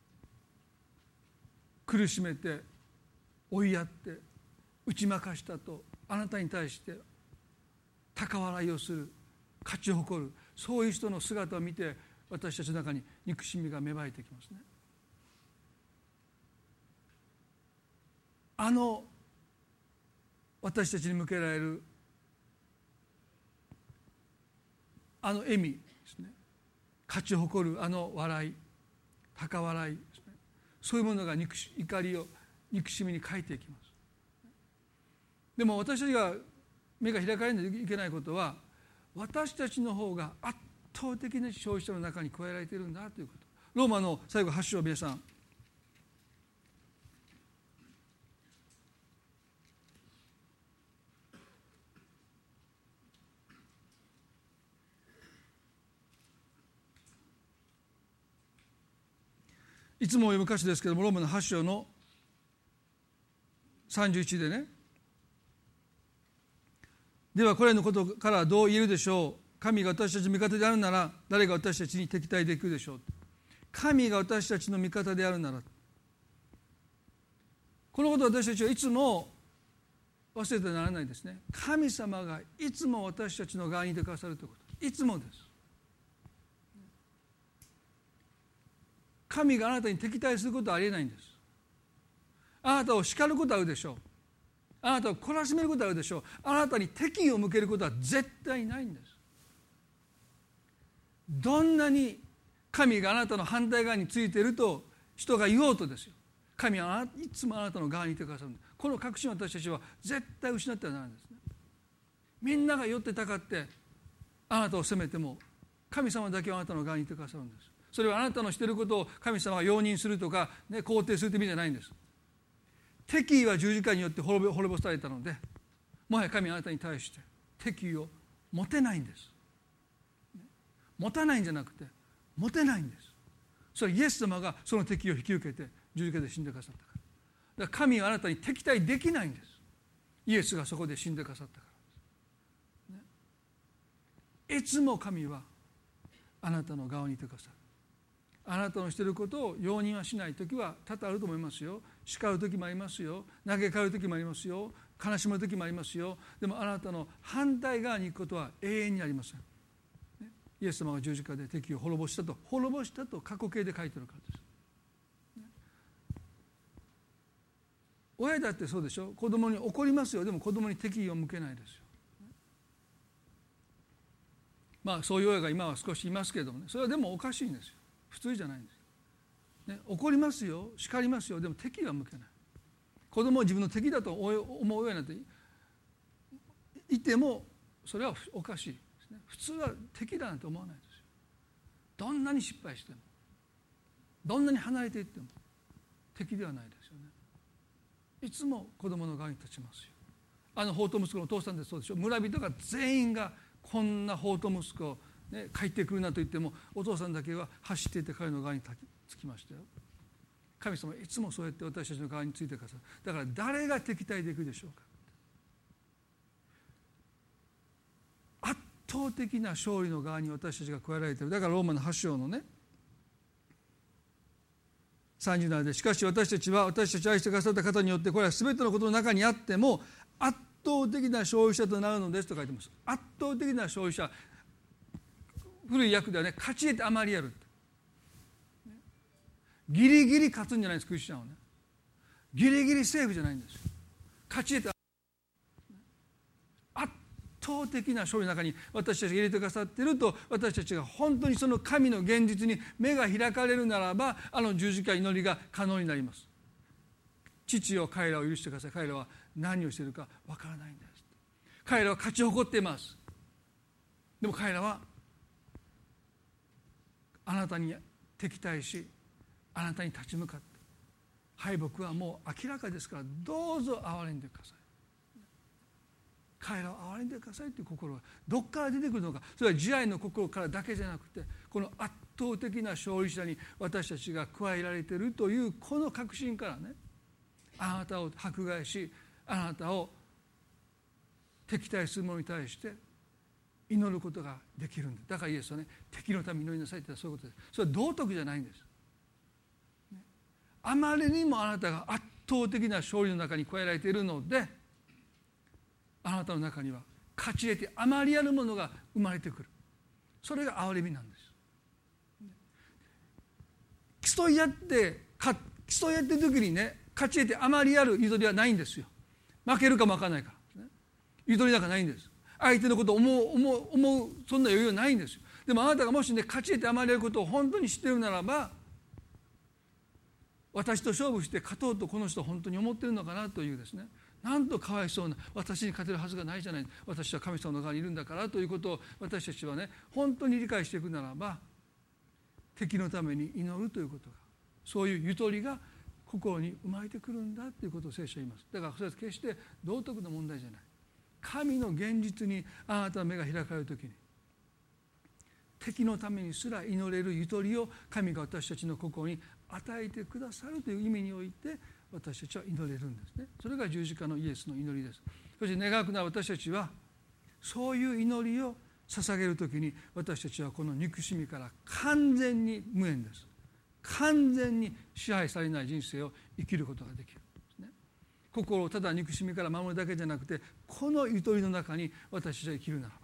苦しめて追いやって打ち負かしたとあなたに対して高笑いをする、勝ち誇る、そういう人の姿を見て私たちの中に憎しみが芽生えてきますね。私たちに向けられる笑みですね、勝ち誇る笑い、高笑いですね、そういうものが怒りを憎しみに変えていきます。でも私たちが目が開かれないといけないことは、私たちの方が圧倒的な勝利者の中に加えられているんだということ。ローマの最後8章、皆さんいつも読む歌詞ですけども、ローマの8章の31でね、ではこれのことからどう言えるでしょう。神が私たちの味方であるなら誰が私たちに敵対できるでしょう。神が私たちの味方であるなら、このことを私たちはいつも忘れてはならないですね。神様がいつも私たちの側にいてくださるということ、いつもです。神があなたに敵対することはありえないんです。あなたを叱ることはあるでしょう。あなたを懲らしめることはあるでしょう。あなたに敵意を向けることは絶対ないんです。どんなに神があなたの反対側についていると人が言おうとですよ、神はいつもあなたの側にいてくださるんです。この確信を私たちは絶対失ってはならないんですね。みんなが寄ってたかってあなたを責めても、神様だけはあなたの側にいてくださるんです。それはあなたのしていることを神様が容認するとか、ね、肯定するという意味じゃないんです。敵意は十字架によって滅ぼされたので、もはや神はあなたに対して敵意を持てないんです。持たないんじゃなくて持てないんです。それはイエス様がその敵意を引き受けて十字架で死んでくださったから。だから神はあなたに敵対できないんです。イエスがそこで死んでくださったからです、ね、いつも神はあなたの側にいてくださる。あなたのしていることを容認はしない時は多々あると思いますよ。叱る時もありますよ。嘆かれる時もありますよ。悲しむ時もありますよ。でもあなたの反対側に行くことは永遠にありません。イエス様が十字架で敵を滅ぼしたと過去形で書いてあるからです。親だってそうでしょ。子供に怒りますよ。でも子供に敵意を向けないですよ。まあそういう親が今は少しいますけれどもね、それはでもおかしいんですよ。普通じゃないんです、ね、怒りますよ、叱りますよ。でも敵は向けない。子供を自分の敵だと思う親なんていてもそれはおかしいです、 ですね。普通は敵だなんて思わないですよ。どんなに失敗しても、どんなに離れていっても敵ではないですよね。いつも子供の側に立ちますよ。放蕩息子のお父さんでそうでしょ。村人が全員がこんな放蕩息子を、帰ってくるなと言っても、お父さんだけは走っていって彼の側につきましたよ。神様はいつもそうやって私たちの側についてくださる。だから誰が敵対できるでしょうか。圧倒的な勝利の側に私たちが加えられている。だからローマの8章のね37で、しかし私たちは私たちを愛してくださった方によって、これは全てのことの中にあっても圧倒的な勝利者となるのですと書いてます。圧倒的な勝利者、古い訳ではね、勝ち得てあまりやる、ギリギリ勝つんじゃないです。クリスチャンはね、ギリギリセーフじゃないんです。勝ち得て圧倒的な勝利の中に私たちが入れてくださっていると、私たちが本当にその神の現実に目が開かれるならば、十字架祈りが可能になります。父よ、彼らを許してください。彼らは何をしているかわからないんです。彼らは勝ち誇っています。でも彼らはあなたに敵対し、あなたに立ち向かって、敗北はもう明らかですから、どうぞ憐れんでください。彼らを憐れんでくださいという心がどこから出てくるのか。それは慈愛の心からだけじゃなくて、この圧倒的な勝利者に私たちが加えられているというこの確信からね、あなたを迫害し、あなたを敵対する者に対して祈ることができるんです。だからイエスはね、敵のために祈りなさいって言ったらそういうことです。それは道徳じゃないんです。あまりにもあなたが圧倒的な勝利の中に加えられているので、あなたの中には勝ち得てあまりあるものが生まれてくる。それが憐れみなんです。競い合ってる時にね、勝ち得てあまりあるゆとりはないんですよ。負けるかも分からないから、ゆとりなんかないんです。相手のことを思うそんな余裕はないんですよ。でもあなたがもしね、勝ち得てあまりあることを本当に知っているならば、私と勝負して勝とうとこの人は本当に思っているのかなというですね、なんとかわいそうな、私に勝てるはずがないじゃない、私は神様の側にいるんだからということを私たちはね、本当に理解していくならば、敵のために祈るということが、そういうゆとりが心に生まれてくるんだということを聖書は言います。だからそれは決して道徳の問題じゃない。神の現実にあなたの目が開かれるときに、敵のためにすら祈れるゆとりを神が私たちの心に与えてくださるという意味において、私たちは祈れるんですね。それが十字架のイエスの祈りです。そして願わくな私たちはそういう祈りを捧げるときに、私たちはこの憎しみから完全に無縁です。完全に支配されない人生を生きることができるんですね。心をただ憎しみから守るだけじゃなくて、このゆとりの中に私たちは生きるならば、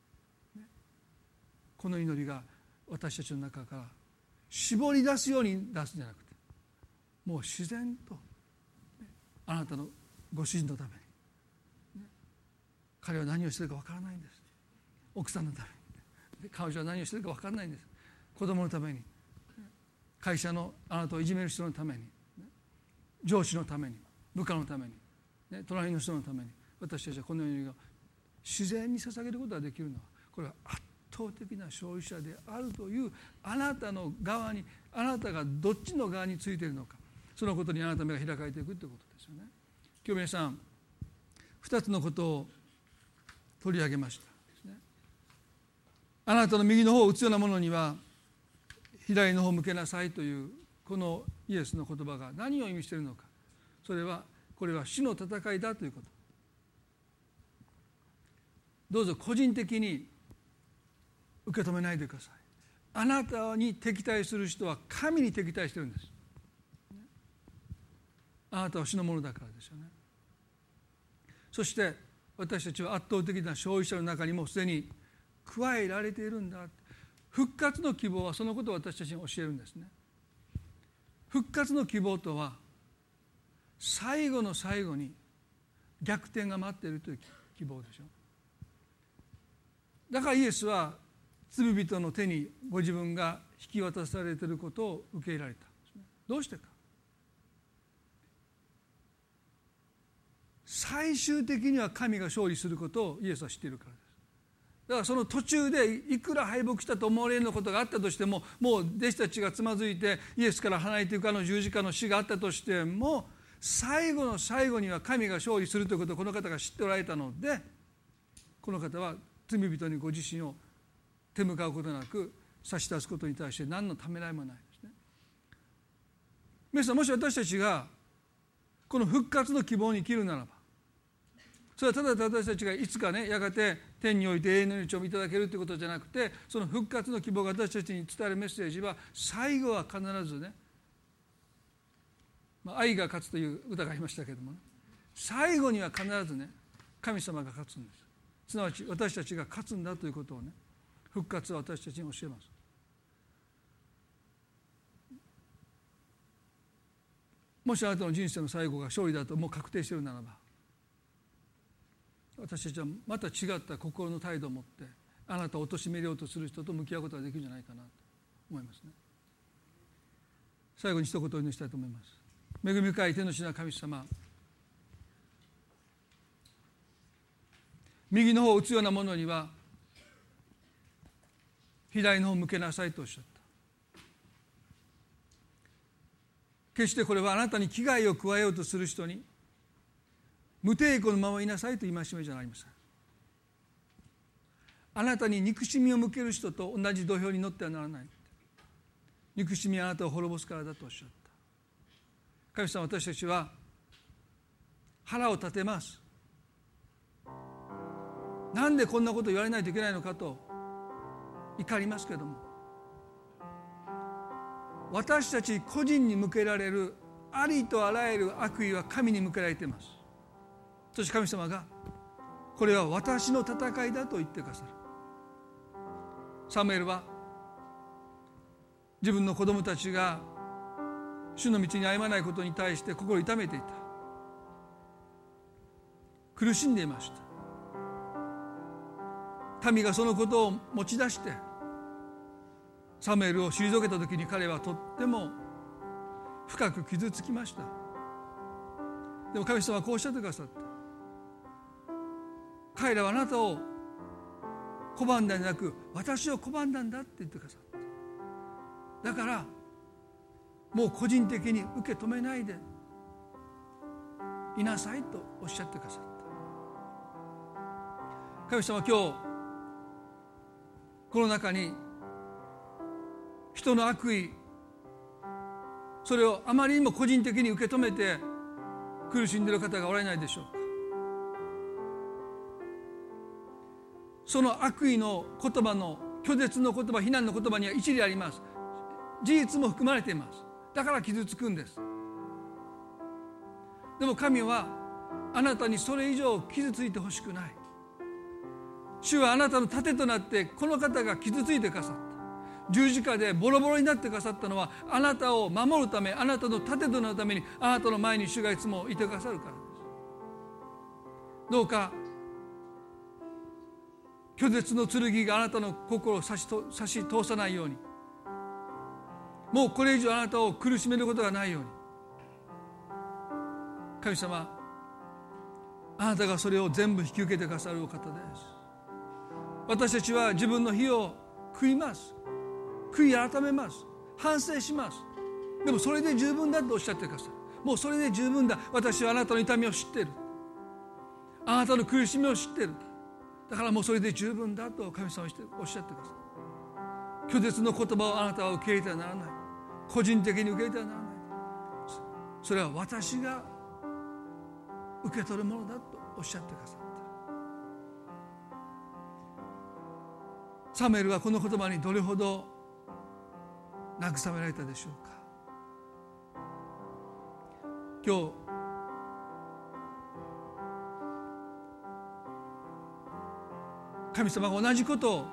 この祈りが私たちの中から絞り出すように出すんじゃなくて、もう自然とあなたのご主人のために、彼は何をしているか分からないんです。奥さんのために、彼女は何をしているか分からないんです。子供のために、会社のあなたをいじめる人のために、上司のために、部下のために、隣の人のために、私たちはこの祈りを自然に捧げることができるのは、これは圧倒的な勝利者であるという、あなたの側に、あなたがどっちの側についているのか、そのことにあなたの目が開かれていくということですよね。今日皆さん2つのことを取り上げました。あなたの右の方を打つようなものには左の方を向けなさいというこのイエスの言葉が何を意味しているのか。これは死の戦いだということ。どうぞ個人的に受け止めないでください。あなたに敵対する人は神に敵対しているんです。あなたは死のものだからですよね。そして私たちは圧倒的な勝利者の中にもすでに加えられているんだ。復活の希望はそのことを私たちに教えるんですね。復活の希望とは最後の最後に逆転が待っているという希望でしょ。だからイエスは罪人の手にご自分が引き渡されていることを受け入れられたんですね。どうしてか。最終的には神が勝利することをイエスは知っているからです。 だからその途中でいくら敗北したと思われるようなことがあったとしても、もう弟子たちがつまずいてイエスから離れていく十字架の死があったとしても、最後の最後には神が勝利するということをこの方が知っておられたので、この方は罪人にご自身を手向かうことなく差し出すことに対して何のためらいもないですね。皆さん、もし私たちがこの復活の希望に生きるならば、それはただ私たちがいつかね、やがて天において永遠の命をいただけるということじゃなくて、その復活の希望が私たちに伝えるメッセージは、最後は必ずね、愛が勝つという歌がありましたけれども、ね、最後には必ずね、神様が勝つんです。すなわち私たちが勝つんだということをね、復活は私たちに教えます。もしあなたの人生の最後が勝利だともう確定しているならば、私たちはまた違った心の態度を持ってあなたを貶めようとする人と向き合うことができるんじゃないかなと思いますね。最後に一言お祈りしたいと思います。恵み深い天の父な神様、右の方を打つようなものには左の方を向けなさいとおっしゃった。決してこれはあなたに危害を加えようとする人に無抵抗のままいなさいと戒めじゃありません。あなたに憎しみを向ける人と同じ土俵に乗ってはならない。憎しみはあなたを滅ぼすからだとおっしゃった。神様、私たちは腹を立てます。なんでこんなこと言われないといけないのかと怒りますけれども、私たち個人に向けられるありとあらゆる悪意は神に向けられています。そして神様がこれは私の戦いだと言ってくださる。サムエルは自分の子供たちが主の道に歩まないことに対して心を痛めていた。苦しんでいました。民がそのことを持ち出してサムエルを退けた時に彼はとっても深く傷つきました。でも神様はこうおっしゃってくださった。彼らはあなたを拒んだんじゃなく私を拒んだんだって言ってくださった。だからもう個人的に受け止めないでいなさいとおっしゃってくださった。神様、今日この中に人の悪意、それをあまりにも個人的に受け止めて苦しんでいる方がおられないでしょうか。その悪意の言葉の拒絶の言葉、非難の言葉には一理あります。事実も含まれています。だから傷つくんです。でも神はあなたにそれ以上傷ついてほしくない。主はあなたの盾となってこの方が傷ついてくださった。十字架でボロボロになってくださったのはあなたを守るため、あなたの盾となるために、あなたの前に主がいつもいてくださるからです。どうか拒絶の剣があなたの心を差し通さないように、もうこれ以上あなたを苦しめることがないように、神様、あなたがそれを全部引き受けてくださるお方です。私たちは自分の非を悔います。悔い改めます。反省します。でもそれで十分だとおっしゃってくださる。もうそれで十分だ。私はあなたの痛みを知っている。あなたの苦しみを知っている。だからもうそれで十分だと神様はおっしゃってくださる。拒絶の言葉をあなたは受け入れてはならない。個人的に受け入れてはならない。それは私が受け取るものだとおっしゃってくださった。サムエルはこの言葉にどれほど慰められたでしょうか。今日神様が同じことを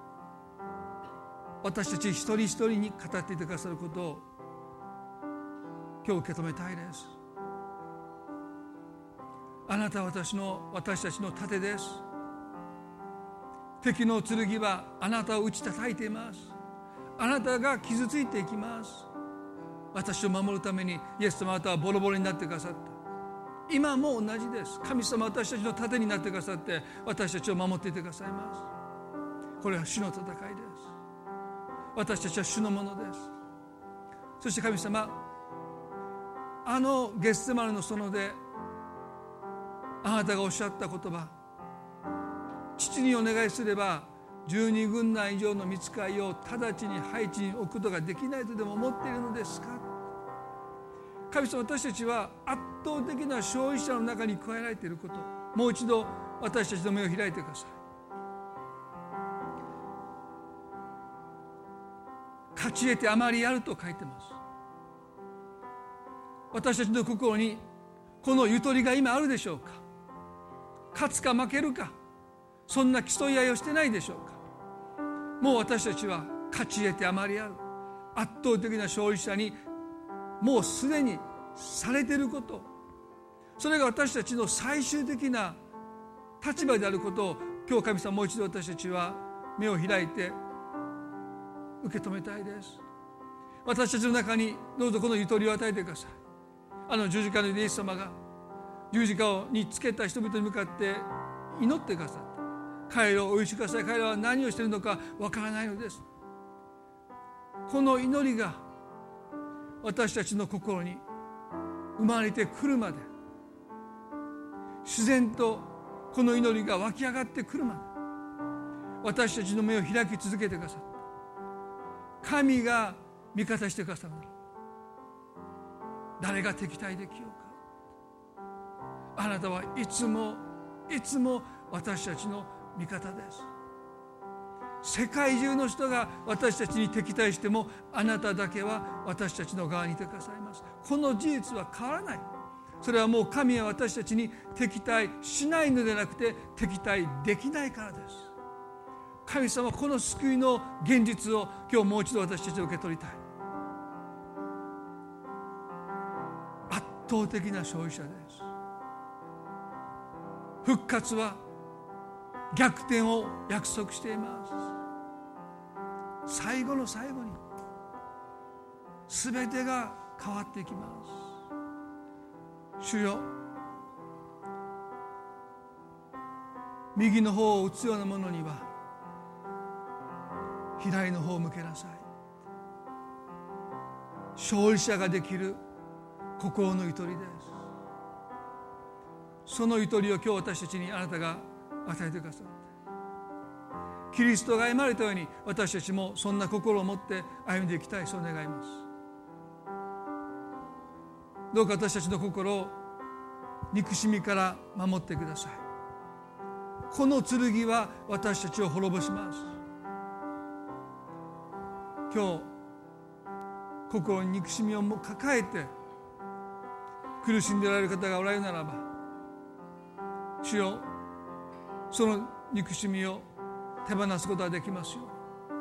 私たち一人一人に語っていてくださることを今日受け止めたいです。あなたは私たちの盾です。敵の剣はあなたを打ち叩いています。あなたが傷ついていきます。私を守るためにイエス様、あなたはボロボロになってくださった。今も同じです。神様は私たちの盾になってくださって私たちを守っていてくださいます。 これは主の戦いです。私たちは主のものです。そして神様、あのゲッセマネの園であなたがおっしゃった言葉、父にお願いすれば12軍団以上の御使いを直ちに配置に置くことができないとでも思っているのですか。神様、私たちは圧倒的な勝利者の中に加えられていること、もう一度私たちの目を開いてください。勝ち得てあまりあると書いてます。私たちの心にこのゆとりが今あるでしょうか。勝つか負けるか、そんな競い合いをしてないでしょうか。もう私たちは勝ち得てあまりある圧倒的な勝利者にもうすでにされていること、それが私たちの最終的な立場であることを今日神様、もう一度私たちは目を開いて受け止めたいです。私たちの中にどうぞこのゆとりを与えてください。あの十字架のイエス様が十字架につけた人々に向かって祈ってくださった。彼らをお許しください。彼らは何をしているのかわからないのです。この祈りが私たちの心に生まれてくるまで、自然とこの祈りが湧き上がってくるまで、私たちの目を開き続けてくださった。神が味方してくださるなら誰が敵対できようか。あなたはいつもいつも私たちの味方です。世界中の人が私たちに敵対しても、あなただけは私たちの側にいてくださいます。この事実は変わらない。それはもう神は私たちに敵対しないのではなくて、敵対できないからです。神様、この救いの現実を今日もう一度私たちは受け取りたい。圧倒的な勝利者です。復活は逆転を約束しています。最後の最後に全てが変わっていきます。主よ、右の方を打つようなものには左の方を向けなさい。勝利者ができる心のゆとりです。そのゆとりを今日私たちにあなたが与えてくださって、キリストが歩まれたように私たちもそんな心を持って歩んでいきたい、そう願います。どうか私たちの心を憎しみから守ってください。この剣は私たちを滅ぼします。今日心に憎しみを抱えて苦しんでおられる方がおられるならば、主よ、その憎しみを手放すことができますよう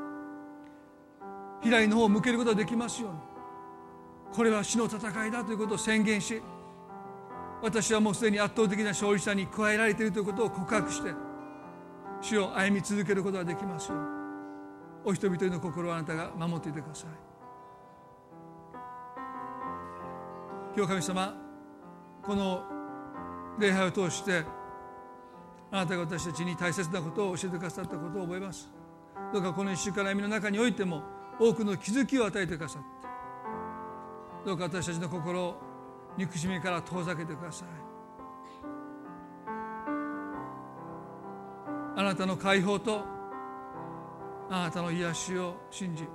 に、左の方を向けることができますように、これは死の戦いだということを宣言し、私はもうすでに圧倒的な勝利者に加えられているということを告白して、主を歩み続けることができますように、お人々の心をあなたが守っていてください。今日神様、この礼拝を通してあなたが私たちに大切なことを教えてくださったことを覚えます。どうかこの一週間の歩みの中においても多くの気づきを与えてくださって、どうか私たちの心を憎しみから遠ざけてください。あなたの解放とあなたの癒しを信じ、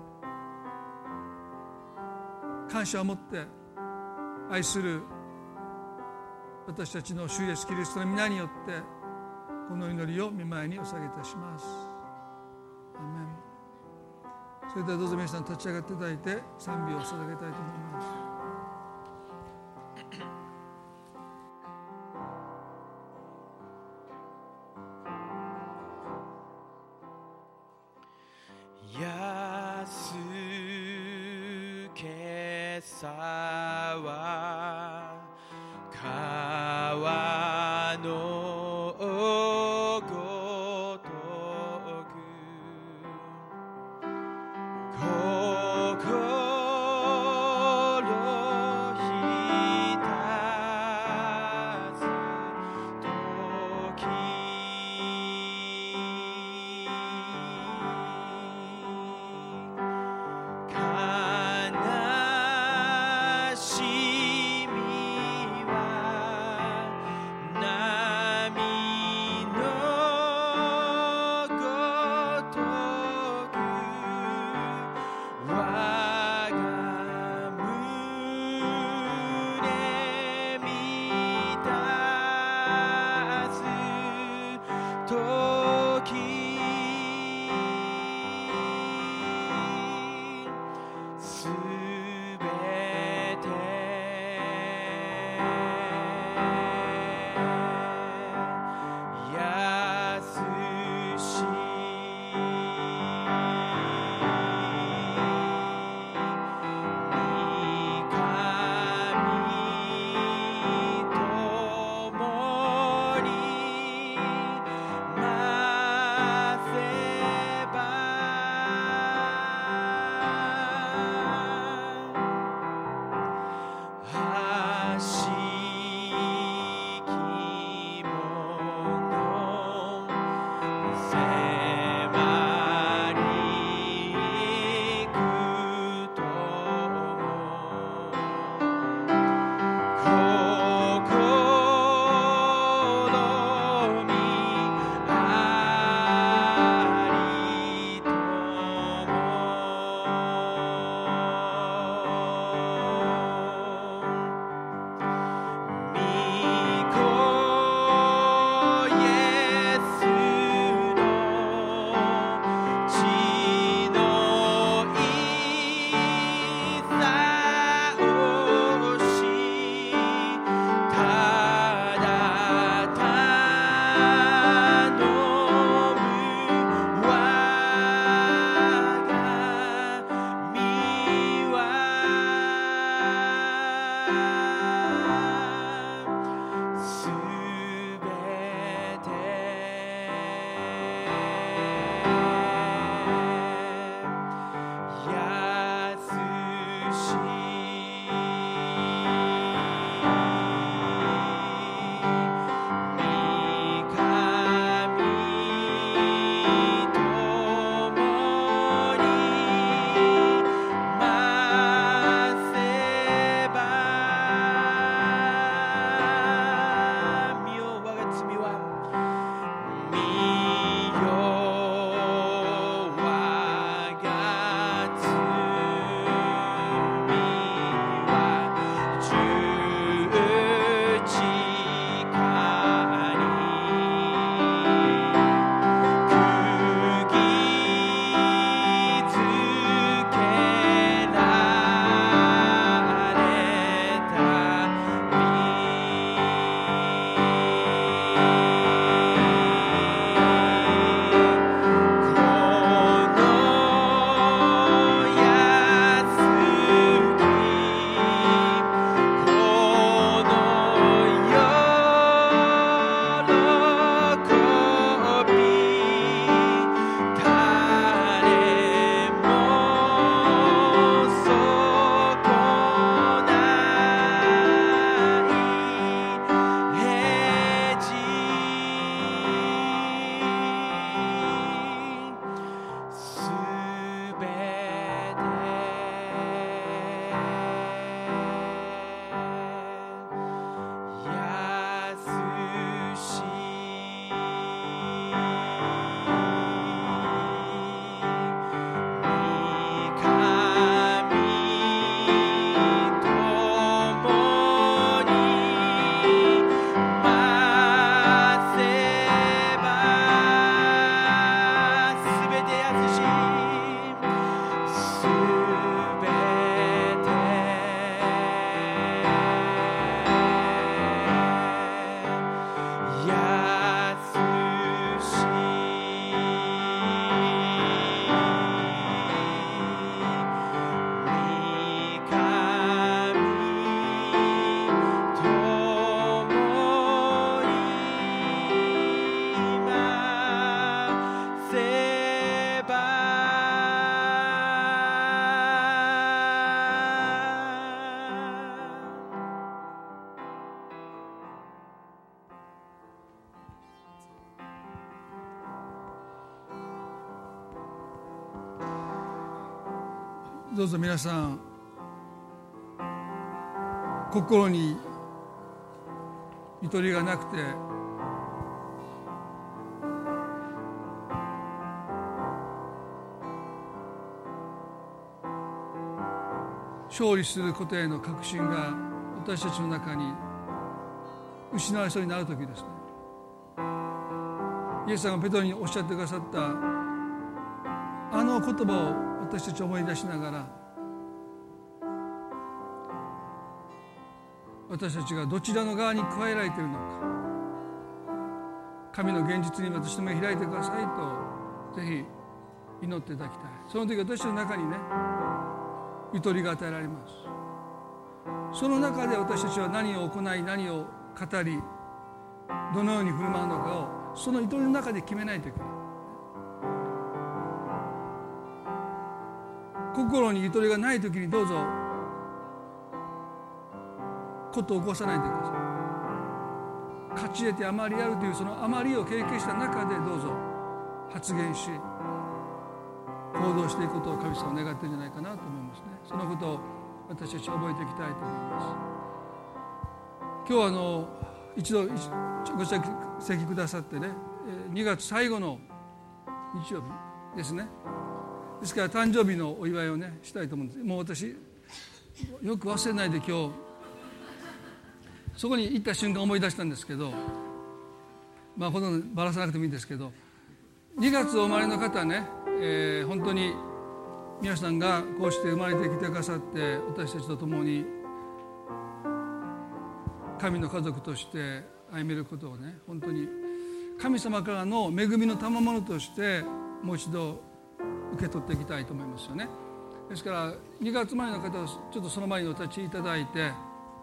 感謝を持って愛する私たちの主イエスキリストの皆によってこの祈りを御前にお捧げいたします。アーメン。それではどうぞ皆さん立ち上がっていただいて賛美を捧げたいと思います。 安けさは川のごとく、心ひたずときどうぞ皆さん心にゆとりがなくて勝利することへの確信が私たちの中に失われそうになるときですね。イエス様がペトロにおっしゃってくださったあの言葉を私たち思い出しながら、私たちがどちらの側に加えられているのか、神の現実に私の目を開いてくださいとぜひ祈っていただきたい。その時私たちの中にね、ゆとりが与えられます。その中で私たちは何を行い、何を語り、どのように振る舞うのかをそのゆとりの中で決めないといけない。心にゆとりがないときにどうぞことを起こさないでください。勝ち得てあまりあるというそのあまりを経験した中でどうぞ発言し行動していくことを神様は願っているんじゃないかなと思いますね。そのことを私たち覚えていきたいと思います。今日は一度ご着席くださってね、2月最後の日曜日ですね。ですから誕生日のお祝いをねしたいと思うんです。もう私よく忘れないで今日そこに行った瞬間思い出したんですけど、ほとんどばらさなくてもいいんですけど、2月お生まれの方ね、本当に皆さんがこうして生まれてきてくださって私たちと共に神の家族として歩めることをね、本当に神様からの恵みの賜物としてもう一度受け取っていきたいと思いますよね。ですから2月生まれの方はちょっとその前にお立ちいただいて、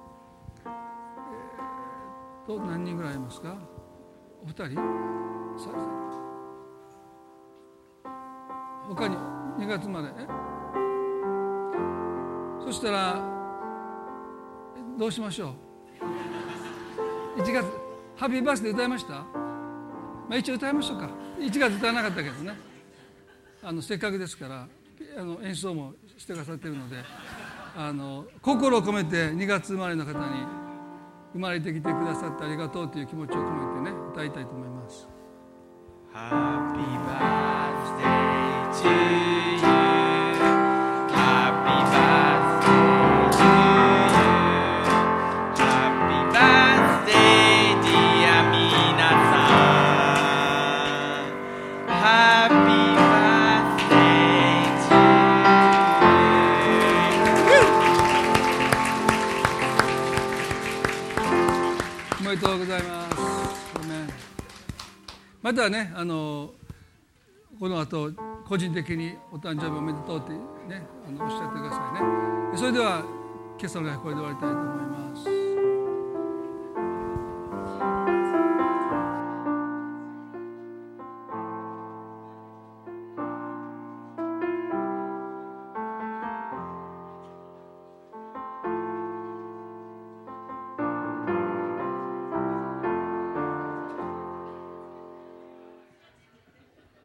何人ぐらいいますか？お二人？他に2月までそしたらどうしましょう。1月ハッピーバースデー歌いました？一応歌いましょうか。1月歌わなかったけどね、せっかくですから演奏もしてくださっているので心を込めて2月生まれの方に生まれてきてくださってありがとうという気持ちを込めてね歌いたいと思います。 Happy birthday to you. Happy birthday to you. Happy birthday dear 皆さん。Happy birthday to you. おめでとうございます。またねこの後個人的にお誕生日おめでとうってねおっしゃってくださいね。それでは今朝の礼これで終わりたいと思います。